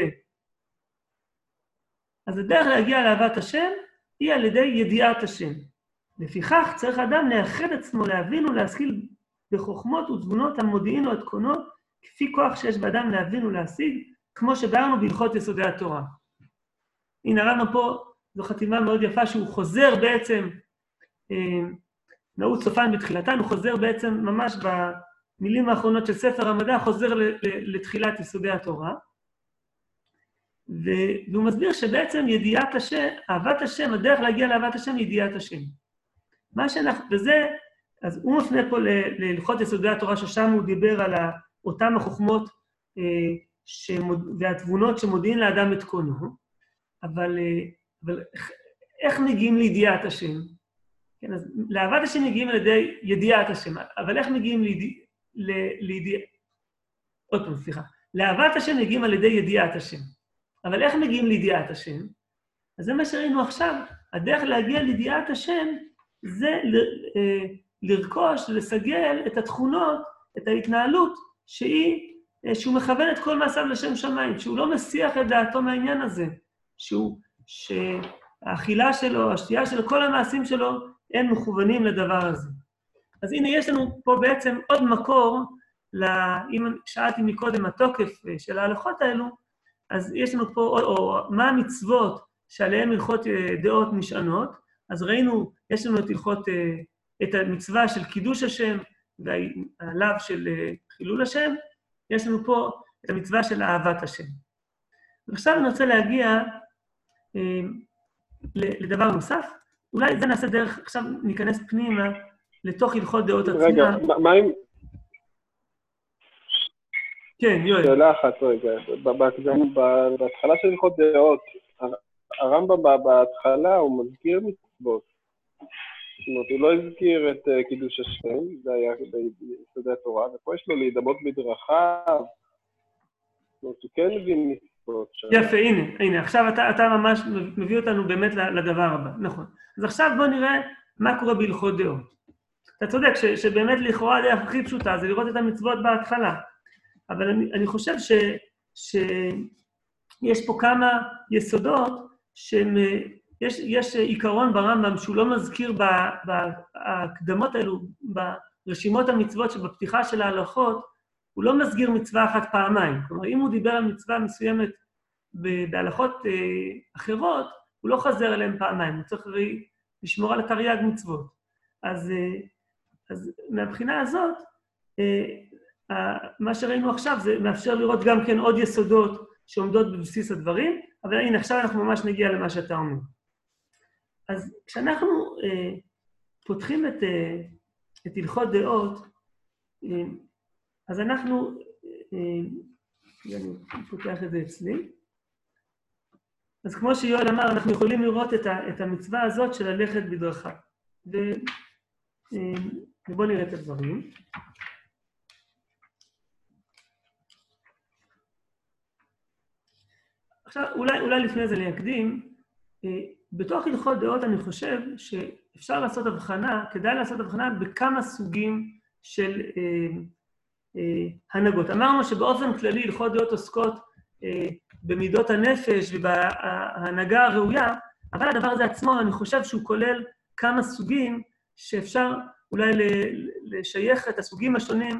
אז הדרך להגיע לאהבת השם, היא על ידי ידיעת השם. לפיכך צריך האדם לאחד עצמו, להבין ולהשכיל בחוכמות ותבונות המודיעין או התכונות, כפי כוח שיש באדם להבין ולהשיג, כמו שבארנו בהלכות יסודי התורה. הנה, הרמב"ם פה, זו חתימה מאוד יפה שהוא חוזר בעצם, אה, נעוץ סופן בתחילתן, הוא חוזר בעצם ממש במילים האחרונות של ספר המדע, חוזר לתחילת יסודי התורה, והוא מסביר שבעצם ידיעת השם, אהבת השם, הדרך להגיע לאהבת השם, ידיעת השם. מה שאנחנו, וזה, אז הוא מפנה פה להלכות יסודי התורה, ששם הוא דיבר על אותם החוכמות אה, שמוד, והתבונות שמודיעין לאדם את קונו, אבל, אבל איך מגיעים לידיעת השם? כן, אז לאהבת השם מגיעים על ידי ידיעת השם, אבל איך מגיעים לידי, ל, לידיע... עוד פעם, סליחה. לאהבת השם מגיעים על ידי ידיעת השם. אבל איך מגיעים לידיעת השם? אז זה מה שראינו עכשיו. הדרך להגיע לידיעת השם זה ל, לרכוש, לסגל את התכונות, את ההתנהלות, שהיא, שהוא מכוון את כל מעשיו לשם שמיים, שהוא לא מסיח את דעתו מהעניין הזה, שהוא, שהאכילה שלו, השתייה שלו, כל המעשים שלו, הם מכוונים לדבר הזה. אז הנה, יש לנו פה בעצם עוד מקור, לה, אם שאלתי מקודם התוקף של ההלכות האלו, אז יש לנו פה, או, או מה המצוות שעליהן הלכות דעות נשענות, אז ראינו, יש לנו את הלכות, את המצווה של קידוש השם, והלאו של חילול השם, יש לנו פה את המצווה של אהבת השם. ועכשיו אני רוצה להגיע אה, לדבר נוסף, אולי זה נעשה דרך, עכשיו ניכנס פנימה לתוך הלכות דעות עצמה. רגע, מה אם... כן, יואל. שאלה אחת רגע, בהתחלה של הלכות דעות, הרמב"ם בהתחלה הוא מזכיר מצוות. זאת אומרת, הוא לא הזכיר את קידוש השם, זה היה ביסודי התורה, ופה יש לו להידמות בדרכיו, זאת אומרת, הוא כן מביא מצוות. יפה, הנה, הנה, עכשיו אתה, אתה ממש מביא אותנו באמת לדבר הבא, נכון. אז עכשיו בוא נראה מה קורה בהלכות דעות. אתה צודק ש, שבאמת לכאורה הדרך הכי פשוטה זה לראות את המצוות בהתחלה, אבל אני, אני חושב ש, שיש פה כמה יסודות שהם, יש, יש עיקרון ברמב"ם שהוא לא מזכיר בהקדמות האלו, ברשימות המצוות שבפתיחה של ההלכות, הוא לא מסגיר מצווה אחת פעמיים. כלומר, אם הוא דיבר על מצווה מסוימת בהלכות אחרות, הוא לא חזר אליהם פעמיים, הוא צריך לשמור על התרי"ג מצוות. אז, אז מהבחינה הזאת, מה שראינו עכשיו זה מאפשר לראות גם כן עוד יסודות שעומדות בבסיס הדברים, אבל הנה, עכשיו אנחנו ממש נגיע למה שאתה אומר. אז כשאנחנו אה, פותחים את, אה, את הלכות דעות, אה, אז אנחנו, אה, אני פותח את זה אצלי, אז כמו שיואל אמר, אנחנו יכולים לראות את, ה, את המצווה הזאת של ללכת בדרכה. ו, אה, ובואו נראה את הדברים. עכשיו, אולי, אולי לפני זה להקדים, אה, בתוך הלכות דעות אני חושב שאפשר לעשות הבחנה, כדאי לעשות הבחנה בכמה סוגים של אה, אה, הנהגות. אמרנו שבאופן כללי הלכות דעות עוסקות אה, במידות הנפש ובהנהגה הראויה, אבל הדבר הזה עצמו אני חושב שהוא כולל כמה סוגים שאפשר אולי לשייך את הסוגים השונים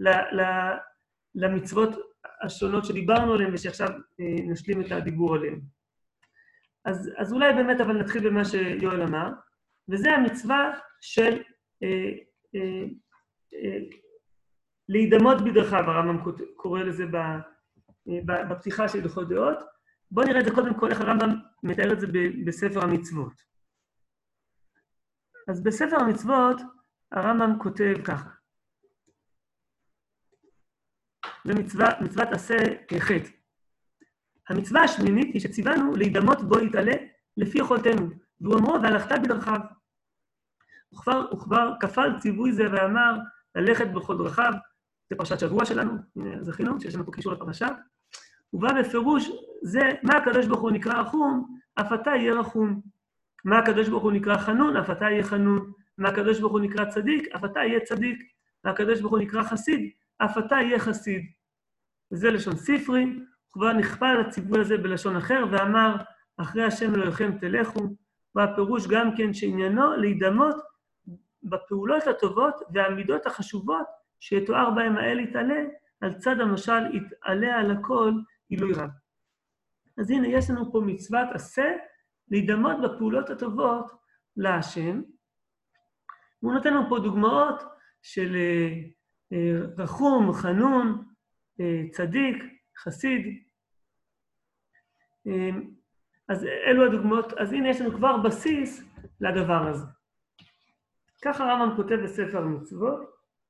למצוות השונות שדיברנו עליהן ושעכשיו אה, נשלים את הדיבור עליהן. אז, אז אולי באמת, אבל נתחיל במה שיואל אמר, וזה המצווה של אה, אה, אה, להידמות בדרכיו, הרמב"ם קורא לזה ב, אה, בפתיחה של הלכות דעות. בואו נראה את זה קודם כל, איך הרמב"ם מתאר את זה ב, בספר המצוות. אז בספר המצוות, הרמב"ם כותב ככה. זה מצווה, מצוות עשה חטא. המצווה השמינית היא שציוונו להידמות בו להתעלה לפי יכולתנו, והוא אמרו והלכת בדרכיו. וכבר, וכבר כפל ציווי זה ואמר ללכת בכל דרכיו, זה פרשת שבוע שלנו, הנה זכינו, שיש לנו פה קישור לפרשה, ובא בפירוש זה מה הקדוש ברוך הוא נקרא רחום, אף אתה יהיה רחום. מה הקדוש ברוך הוא נקרא חנון, אף אתה יהיה חנון. מה הקדוש ברוך הוא נקרא צדיק, אף אתה יהיה צדיק. מה הקדוש ברוך הוא נקרא חסיד, אף אתה יהיה חסיד. וזה לשון ספרי, וכבר נכפה על הציווי הזה בלשון אחר, ואמר, אחרי השם אלוהיכם תלכו, והפירוש גם כן שעניינו להידמות בפעולות הטובות והמידות החשובות, שיתואר בהם האל יתעלה, על צד המשל יתעלה על הכל עילוי רב. אז הנה, יש לנו פה מצוות עשה, להידמות בפעולות הטובות להשם. הוא נותן לנו פה דוגמאות של רחום, חנון, צדיק, חסיד. אז אלו הדוגמאות, אז הנה יש לנו כבר בסיס לדבר הזה. ככה הרמב"ם כותב בספר המצוות.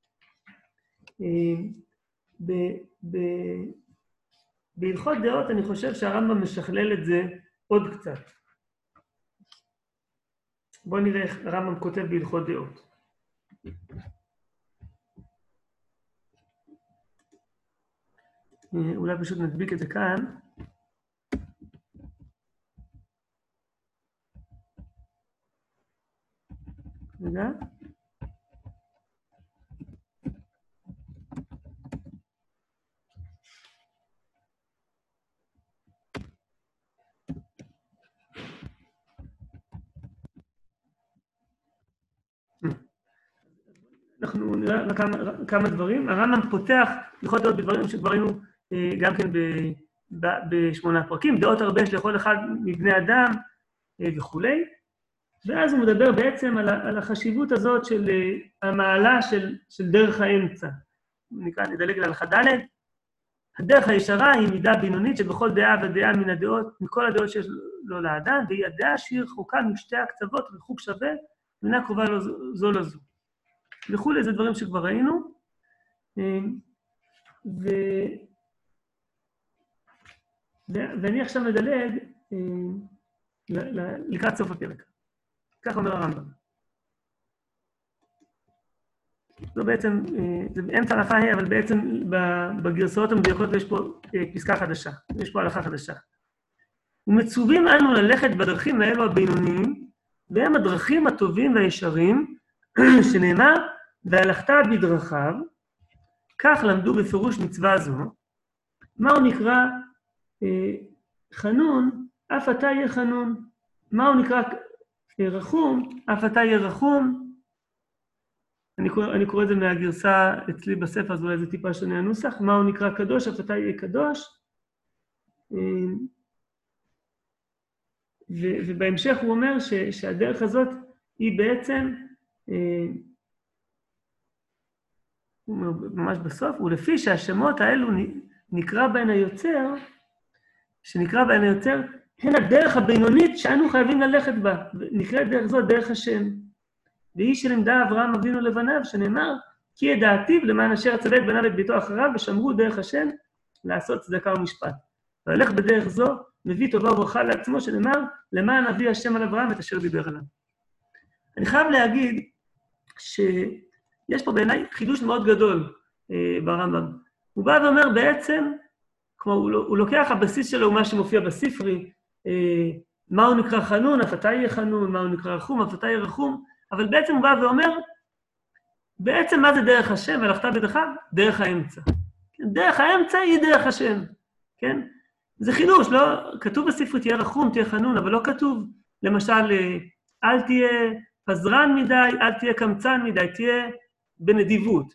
בהלכות דעות אני חושב שהרמב"ם משכלל את זה עוד קצת. בואו נראה איך הרמב"ם כותב בהלכות דעות. אולי פשוט נדביק את זה כאן. רגע. אנחנו נראה כמה, כמה דברים. הרמב"ם פותח הלכות דעות בדברים שכבר היינו גם כן ב, ב, בשמונה פרקים, דעות הרבה יש לכל אחד מבני אדם וכו'. ואז הוא מדבר בעצם על, על החשיבות הזאת של המעלה של, של דרך האמצע. נקרא, נדלג להלכה ד'. הדרך הישרה היא מידה בינונית שבכל דעה ודעה מן הדעות, מכל הדעות שיש לו לאדם, והיא הדעה שהיא רחוקה משתי הקצוות, רחוק שווה, ואינה קרובה זו לזו. וכו', זה דברים שכבר ראינו. ו... ואני עכשיו מדלג לקראת סוף הפרק. כך אומר הרמב"ם. זו בעצם, זה באמצע הלכה ה', אבל בעצם בגרסאות המדויקות יש פה פסקה חדשה, יש פה הלכה חדשה. ומצווים אנו ללכת בדרכים האלו הבינוניים, והם הדרכים הטובים והישרים, שנאמר, והלכת בדרכיו, כך למדו בפירוש מצווה זו. מה הוא נקרא אה, חנון, אף אתה יהיה חנון. מה הוא נקרא אה, רחום, אף אתה יהיה רחום. אני קורא, אני קורא את זה מהגרסה אצלי בספר, אז אולי זה טיפה שונה הנוסח. מה הוא נקרא קדוש, אף אתה יהיה קדוש. אה, ו, ובהמשך הוא אומר ש, שהדרך הזאת היא בעצם, אה, הוא אומר ממש בסוף, ולפי שהשמות האלו נקרא בהן היוצר, שנקרא בהן היוצר, הן הדרך הבינונית שאנו חייבים ללכת בה. נקראת דרך זאת דרך השם. והיא שלימדה אברהם אבינו לבניו, שנאמר, כי ידעתיו למען אשר יצווה את בניו את ביתו אחריו, ושמרו דרך השם לעשות צדקה ומשפט. והלך בדרך זו, מביא טובה וברכה לעצמו, שנאמר, למען אביא השם על אברהם את אשר דיבר עליו. אני חייב להגיד שיש פה בעיניי חידוש מאוד גדול אה, ברמב"ם. הוא בא ואומר בעצם, כמו הוא, הוא לוקח הבסיס שלו, מה שמופיע בספרי, אה, מה הוא נקרא חנון, אף אתה יהיה חנון, מה הוא נקרא רחום, אף אתה יהיה רחום, אבל בעצם הוא בא ואומר, בעצם מה זה דרך השם, והלכת בדרכיו? דרך האמצע. דרך האמצע היא דרך השם, כן? זה חידוש, לא? כתוב בספרי, תהיה רחום, תהיה חנון, אבל לא כתוב, למשל, אל תהיה פזרן מדי, אל תהיה קמצן מדי, תהיה בנדיבות.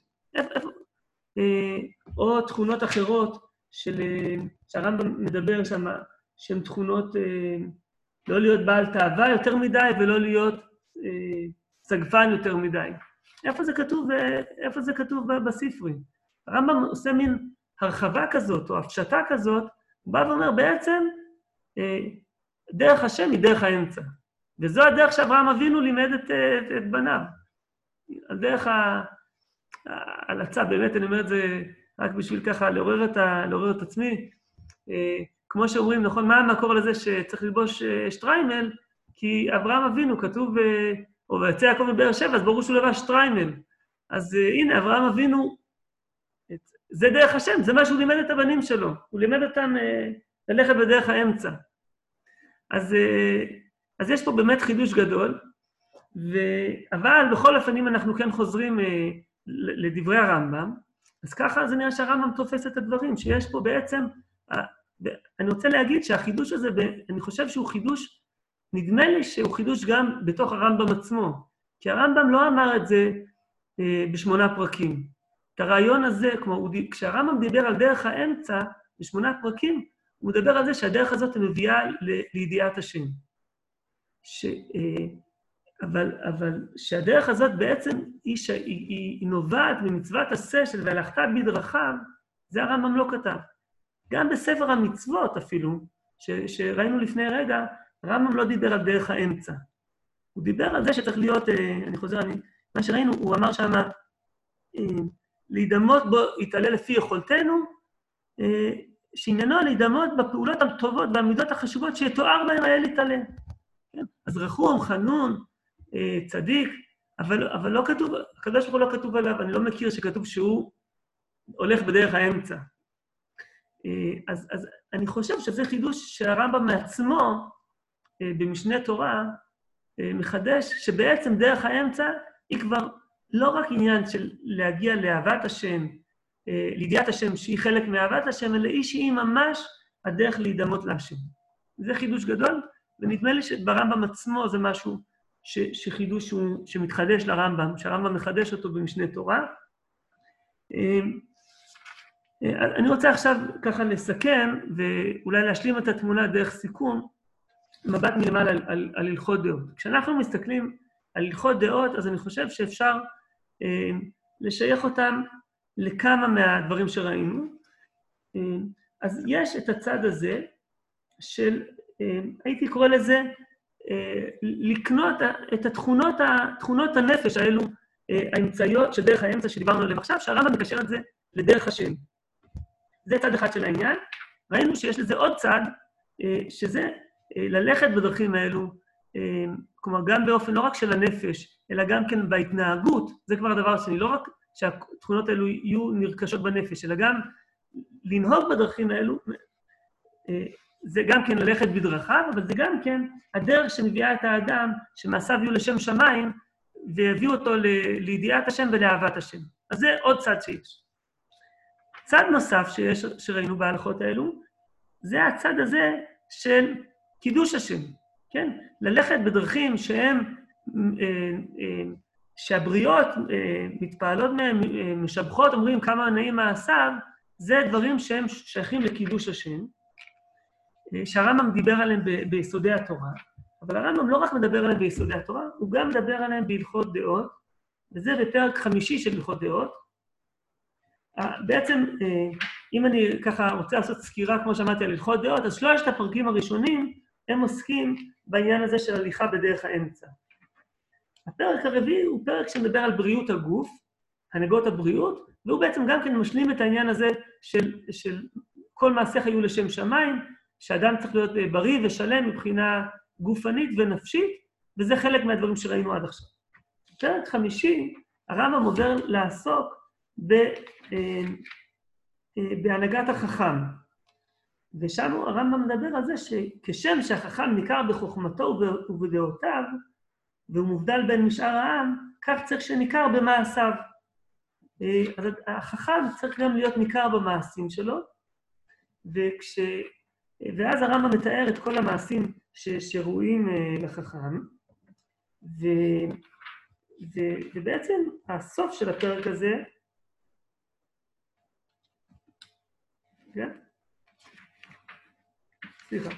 או תכונות אחרות של, שהרמב"ם מדבר שם, שהן תכונות לא להיות בעל תאווה יותר מדי, ולא להיות סגפן יותר מדי. איפה זה כתוב, איפה זה כתוב בספרי? הרמב"ם עושה מין הרחבה כזאת, או הפשטה כזאת, הוא בא ואומר בעצם, דרך השם היא דרך האמצע. וזו הדרך שאברהם אבינו לימד את, את, את בניו. על דרך ההלצה, באמת אני אומר את זה רק בשביל ככה לעורר את, ה, לעורר את עצמי. כמו שאומרים, נכון, מה המקור לזה שצריך ללבוש שטריימל? כי אברהם אבינו כתוב, או ויצא יעקב מבאר שבע, אז ברור שהוא לבש שטריימל. אז הנה, אברהם אבינו, זה דרך השם, זה מה שהוא לימד את הבנים שלו. הוא לימד אותם ללכת בדרך האמצע. אז, אז יש פה באמת חידוש גדול, ו... אבל בכל אופנים אנחנו כן חוזרים לדברי הרמב"ם, אז ככה זה נראה שהרמב"ם תופס את הדברים, שיש פה בעצם, אני רוצה להגיד שהחידוש הזה, אני חושב שהוא חידוש, נדמה לי שהוא חידוש גם בתוך הרמב"ם עצמו, כי הרמב"ם לא אמר את זה בשמונה פרקים. את הרעיון הזה, כמו, כשהרמב"ם דיבר על דרך האמצע, בשמונה פרקים, הוא מדבר על זה שהדרך הזאת מביאה לידיעת השם. ש, אבל, אבל שהדרך הזאת בעצם היא, היא, היא, היא נובעת ממצוות עשה של והלכת בדרכיו, זה הרמב"ם לא כתב. גם בספר המצוות אפילו, ש, שראינו לפני רגע, הרמב"ם לא דיבר על דרך האמצע. הוא דיבר על זה שצריך להיות, אני חוזר, אני, מה שראינו, הוא אמר שמה, להידמות בו יתעלה לפי יכולתנו, שעניינו להידמות בפעולות הטובות והמידות החשובות שיתואר בהן היה להתעלה. אז רחום, חנון, צדיק, אבל, אבל לא כתוב, הקדוש ברוך הוא לא כתוב עליו, אני לא מכיר שכתוב שהוא הולך בדרך האמצע. אז, אז אני חושב שזה חידוש שהרמב"ם מעצמו, במשנה תורה, מחדש שבעצם דרך האמצע היא כבר לא רק עניין של להגיע לאהבת השם, לידיעת השם שהיא חלק מאהבת השם, אלא היא שהיא ממש הדרך להידמות להשם. זה חידוש גדול, ונדמה לי שברמב"ם עצמו זה משהו ש, שחידוש שהוא, שמתחדש לרמב"ם, שהרמב"ם מחדש אותו במשנה תורה. אני רוצה עכשיו ככה לסכם, ואולי להשלים את התמונה דרך סיכום, מבט מלמעלה על, על, על הלכות דעות. כשאנחנו מסתכלים על הלכות דעות, אז אני חושב שאפשר אה, לשייך אותם לכמה מהדברים שראינו. אה, אז יש את הצד הזה של, אה, הייתי קורא לזה, אה, לקנות את התכונות, תכונות הנפש האלו, אה, האמצעיות של דרך האמצע שדיברנו עליהם עכשיו, שהרמב"ם מקשר את זה לדרך השם. זה צד אחד של העניין. ראינו שיש לזה עוד צד, שזה ללכת בדרכים האלו, כלומר, גם באופן לא רק של הנפש, אלא גם כן בהתנהגות, זה כבר הדבר שני, לא רק שהתכונות האלו יהיו נרכשות בנפש, אלא גם לנהוג בדרכים האלו, זה גם כן ללכת בדרכיו, אבל זה גם כן הדרך שמביאה את האדם, שמעשיו יהיו לשם שמיים, ויביאו אותו לידיעת השם ולאהבת השם. אז זה עוד צד שיש. צד נוסף שיש, שראינו בהלכות האלו, זה הצד הזה של קידוש השם, כן? ללכת בדרכים שהם, שהבריות מתפעלות מהם, משבחות, אומרים כמה נעים מעשיו, זה דברים שהם שייכים לקידוש השם, שהרמב"ם דיבר עליהם ב- ביסודי התורה, אבל הרמב"ם לא רק מדבר עליהם ביסודי התורה, הוא גם מדבר עליהם בהלכות דעות, וזה בפרק חמישי של הלכות דעות. בעצם, אם אני ככה רוצה לעשות סקירה, כמו שאמרתי, על הלכות דעות, אז שלושת הפרקים הראשונים, הם עוסקים בעניין הזה של הליכה בדרך האמצע. הפרק הרביעי הוא פרק שמדבר על בריאות הגוף, הנהגות הבריאות, והוא בעצם גם כן משלים את העניין הזה של, של כל מעשיך היו לשם שמיים, שאדם צריך להיות בריא ושלם מבחינה גופנית ונפשית, וזה חלק מהדברים שראינו עד עכשיו. פרק חמישי, הרמב"ם עובר לעסוק ב, בהנהגת החכם. ושם הרמב"ם מדבר על זה שכשם שהחכם ניכר בחוכמתו ובדעותיו, והוא מובדל בין משאר העם, כך צריך שניכר במעשיו. אז החכם צריך גם להיות ניכר במעשים שלו, וכש... ואז הרמב"ם מתאר את כל המעשים ש... שראויים לחכם, ו... ו... ובעצם הסוף של הפרק הזה, כן? סליחה.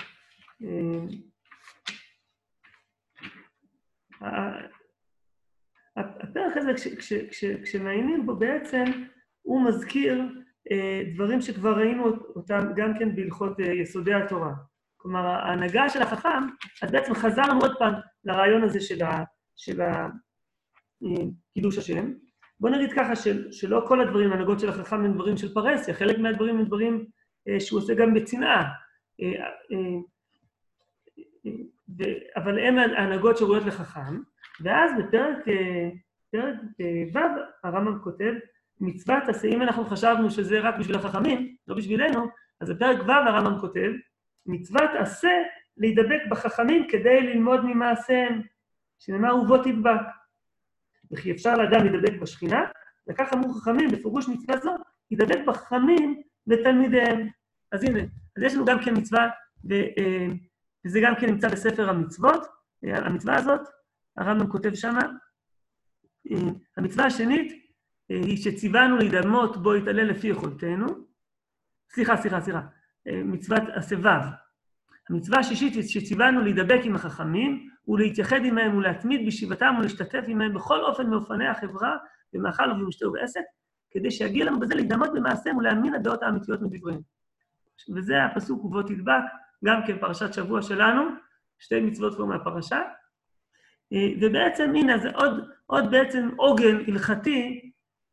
הפרק הזה, כש, כש, כש, כשמעיינים בו בעצם, הוא מזכיר אה, דברים שכבר ראינו אותם גם כן בהלכות אה, יסודי התורה. כלומר, ההנהגה של החכם, אז בעצם חזרנו עוד פעם לרעיון הזה של, ה, של ה, אה, קידוש השם. בואו נגיד ככה של, שלא כל הדברים, ההנהגות של החכם הם דברים של פרסיה, חלק מהדברים הם דברים אה, שהוא עושה גם בצנעה. אה, אה, אה, ו, אבל הם ההנהגות שראויות לחכם. ואז בפרק פרק ו' הרמב"ם כותב, מצוות עשה, אם אנחנו חשבנו שזה רק בשביל החכמים, לא בשבילנו, אז בפרק ו' הרמב"ם כותב, מצוות עשה להידבק בחכמים כדי ללמוד ממעשיהם, שנאמר ובו תדבק. וכי אפשר לאדם להידבק בשכינה, וכך אמרו חכמים בפירוש מצווה זו, להידבק בחכמים ותלמידיהם. אז הנה, אז יש לנו גם כן מצווה, וזה גם כן נמצא בספר המצוות, המצווה הזאת, הרמב"ם כותב שמה, המצווה השנית היא שציוונו להידמות בו יתעלה לפי יכולתנו, סליחה, סליחה, סליחה, מצוות הסבב. המצווה השישית היא שציוונו להידבק עם החכמים, ולהתייחד עמהם ולהתמיד בישיבתם ולהשתתף עמהם בכל אופן מאופני החברה, במאכל ובמשתה ובעסק, כדי שיגיע לנו בזה להידמות במעשיהם ולהאמין לדעות האמיתיות מדבריהם. וזה הפסוק ובו תדבק, גם כפרשת שבוע שלנו, שתי מצוות כבר מהפרשה, ובעצם, הנה, זה עוד, עוד בעצם עוגן הלכתי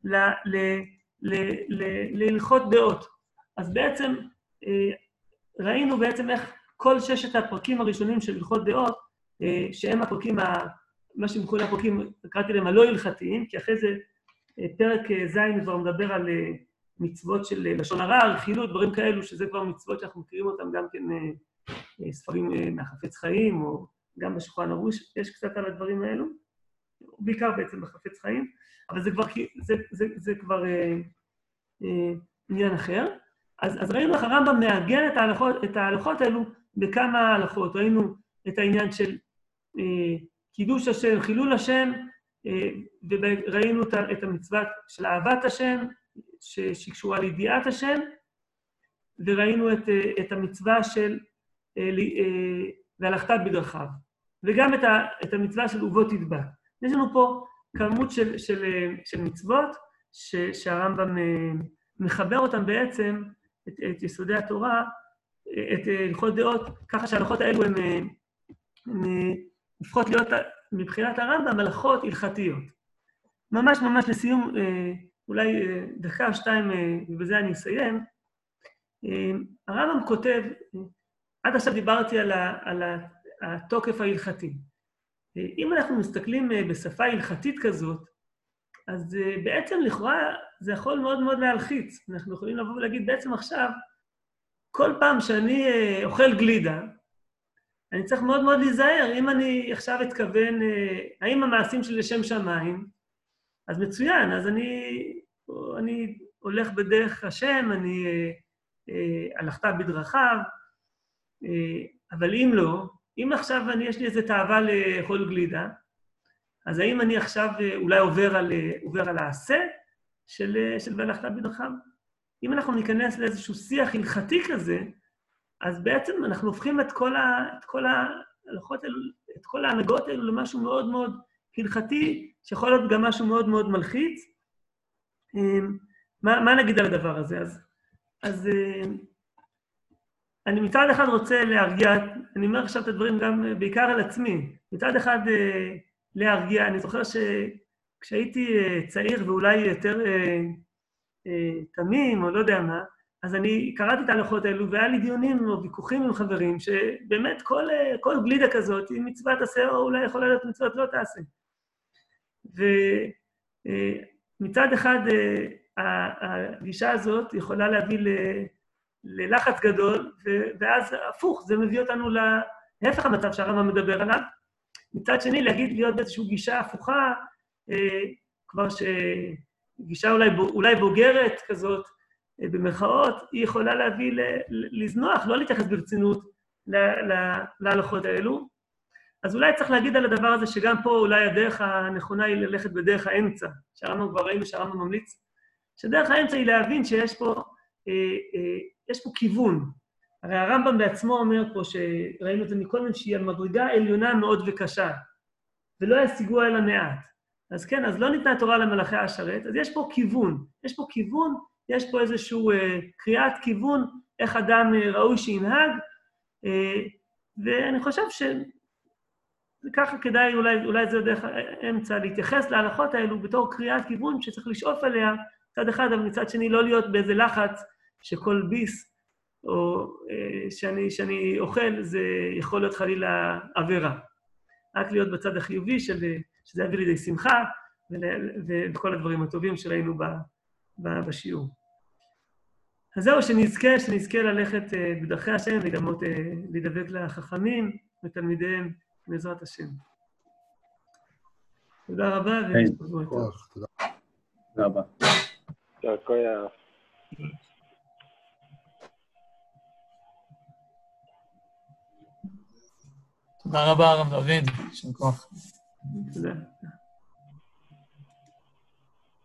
להלכות דעות. אז בעצם ראינו בעצם איך כל ששת הפרקים הראשונים של הלכות דעות, שהם הפרקים, מה שמכונה הפרקים, קראתי להם הלא הלכתיים, כי אחרי זה פרק ז' כבר מדבר על מצוות של לשון הרע, רכילות, דברים כאלו, שזה כבר מצוות שאנחנו מכירים אותם גם כן ספרים מהחפץ חיים, או גם בשולחן ערוך יש קצת על הדברים האלו, בעיקר בעצם בחפץ חיים, אבל זה כבר, זה, זה, זה כבר אה, אה, עניין אחר. אז, אז ראינו איך הרמב"ם מעגן את ההלכות, את ההלכות האלו בכמה הלכות. ראינו את העניין של אה, קידוש השם, חילול השם, אה, וראינו את, את המצווה של אהבת השם, שקשורה לידיעת השם, וראינו את, את המצווה של אה, אה, והלכת בדרכיו. וגם את, ה, את המצווה של ובו תדבק. יש לנו פה כמות של, של, של מצוות, ש, שהרמב"ם מחבר אותם בעצם, את, את יסודי התורה, את הלכות דעות, ככה שההלכות האלו הן הופכות להיות מבחינת הרמב"ם הלכות הלכתיות. ממש ממש לסיום, אולי דקה או שתיים, ובזה אני אסיים, הרמב"ם כותב, עד עכשיו דיברתי על, ה, על התוקף ההלכתי. אם אנחנו מסתכלים בשפה הלכתית כזאת, אז בעצם לכאורה זה יכול מאוד מאוד להלחיץ. אנחנו יכולים לבוא ולהגיד, בעצם עכשיו, כל פעם שאני אוכל גלידה, אני צריך מאוד מאוד להיזהר. אם אני עכשיו אתכוון, האם המעשים שלי לשם שמיים, אז מצוין, אז אני, אני הולך בדרך השם, אני הלכת בדרכיו, אבל אם לא, אם עכשיו אני, יש לי איזו תאווה לאכול גלידה, אז האם אני עכשיו אולי עובר על, עובר על העשה של, של והלכת בדרכיו? אם אנחנו ניכנס לאיזשהו שיח הלכתי כזה, אז בעצם אנחנו הופכים את כל, ה, את כל ההלכות האלו, את כל ההנהגות האלו למשהו מאוד מאוד הלכתי, שיכול להיות גם משהו מאוד מאוד מלחיץ. מה, מה נגיד על הדבר הזה? אז, אז אני מצד אחד רוצה להרגיע, אני אומר עכשיו את הדברים גם בעיקר על עצמי, מצד אחד להרגיע, אני זוכר שכשהייתי צעיר ואולי יותר תמים או לא יודע מה, אז אני קראתי את ההלכות האלו, והיה לי דיונים או ויכוחים עם חברים, שבאמת כל, כל גלידה כזאת, אם מצוות תעשה, או אולי יכולה להיות מצוות לא תעשה. ומצד אחד, הגישה הזאת יכולה להביא ללחץ גדול, ואז הפוך, זה מביא אותנו להפך המצב שהרמב"ם מדבר עליו. מצד שני, להגיד להיות באיזושהי גישה הפוכה, כבר שגישה אולי, אולי בוגרת כזאת, במרכאות, היא יכולה להביא לזנוח, לא להתייחס ברצינות להלכות האלו. אז אולי צריך להגיד על הדבר הזה שגם פה אולי הדרך הנכונה היא ללכת בדרך האמצע, שהרמב"ם כבר ראינו שהרמב"ם ממליץ, שדרך האמצע היא להבין שיש פה, יש פה כיוון. הרי הרמב"ם בעצמו אומר פה, שראינו את זה מקודם, שהיא המדרגה עליונה מאוד וקשה, ולא ישיגוה אלא מעט. אז כן, אז לא ניתנה תורה למלאכי השרת, אז יש פה כיוון, יש פה כיוון, יש פה איזשהו אה, קריאת כיוון, איך אדם אה, ראוי שינהג, אה, ואני חושב שככה כדאי, אולי, אולי זה דרך האמצע, להתייחס להלכות האלו בתור קריאת כיוון שצריך לשאוף עליה, מצד אחד, אבל מצד שני לא להיות באיזה לחץ שכל ביס, או אה, שאני, שאני אוכל, זה יכול להיות חלילה עבירה. רק להיות בצד החיובי של, שזה יביא לידי שמחה, וכל הדברים הטובים שראינו ב... בשיעור. אז זהו, שנזכה, שנזכה ללכת בדרכי השם, וגם עוד להידבק לחכמים ותלמידיהם בעזרת השם. תודה רבה, ונשתגעו את זה. תודה רבה. תודה רבה. תודה רבה, הרב דוד. יישר כוח. תודה.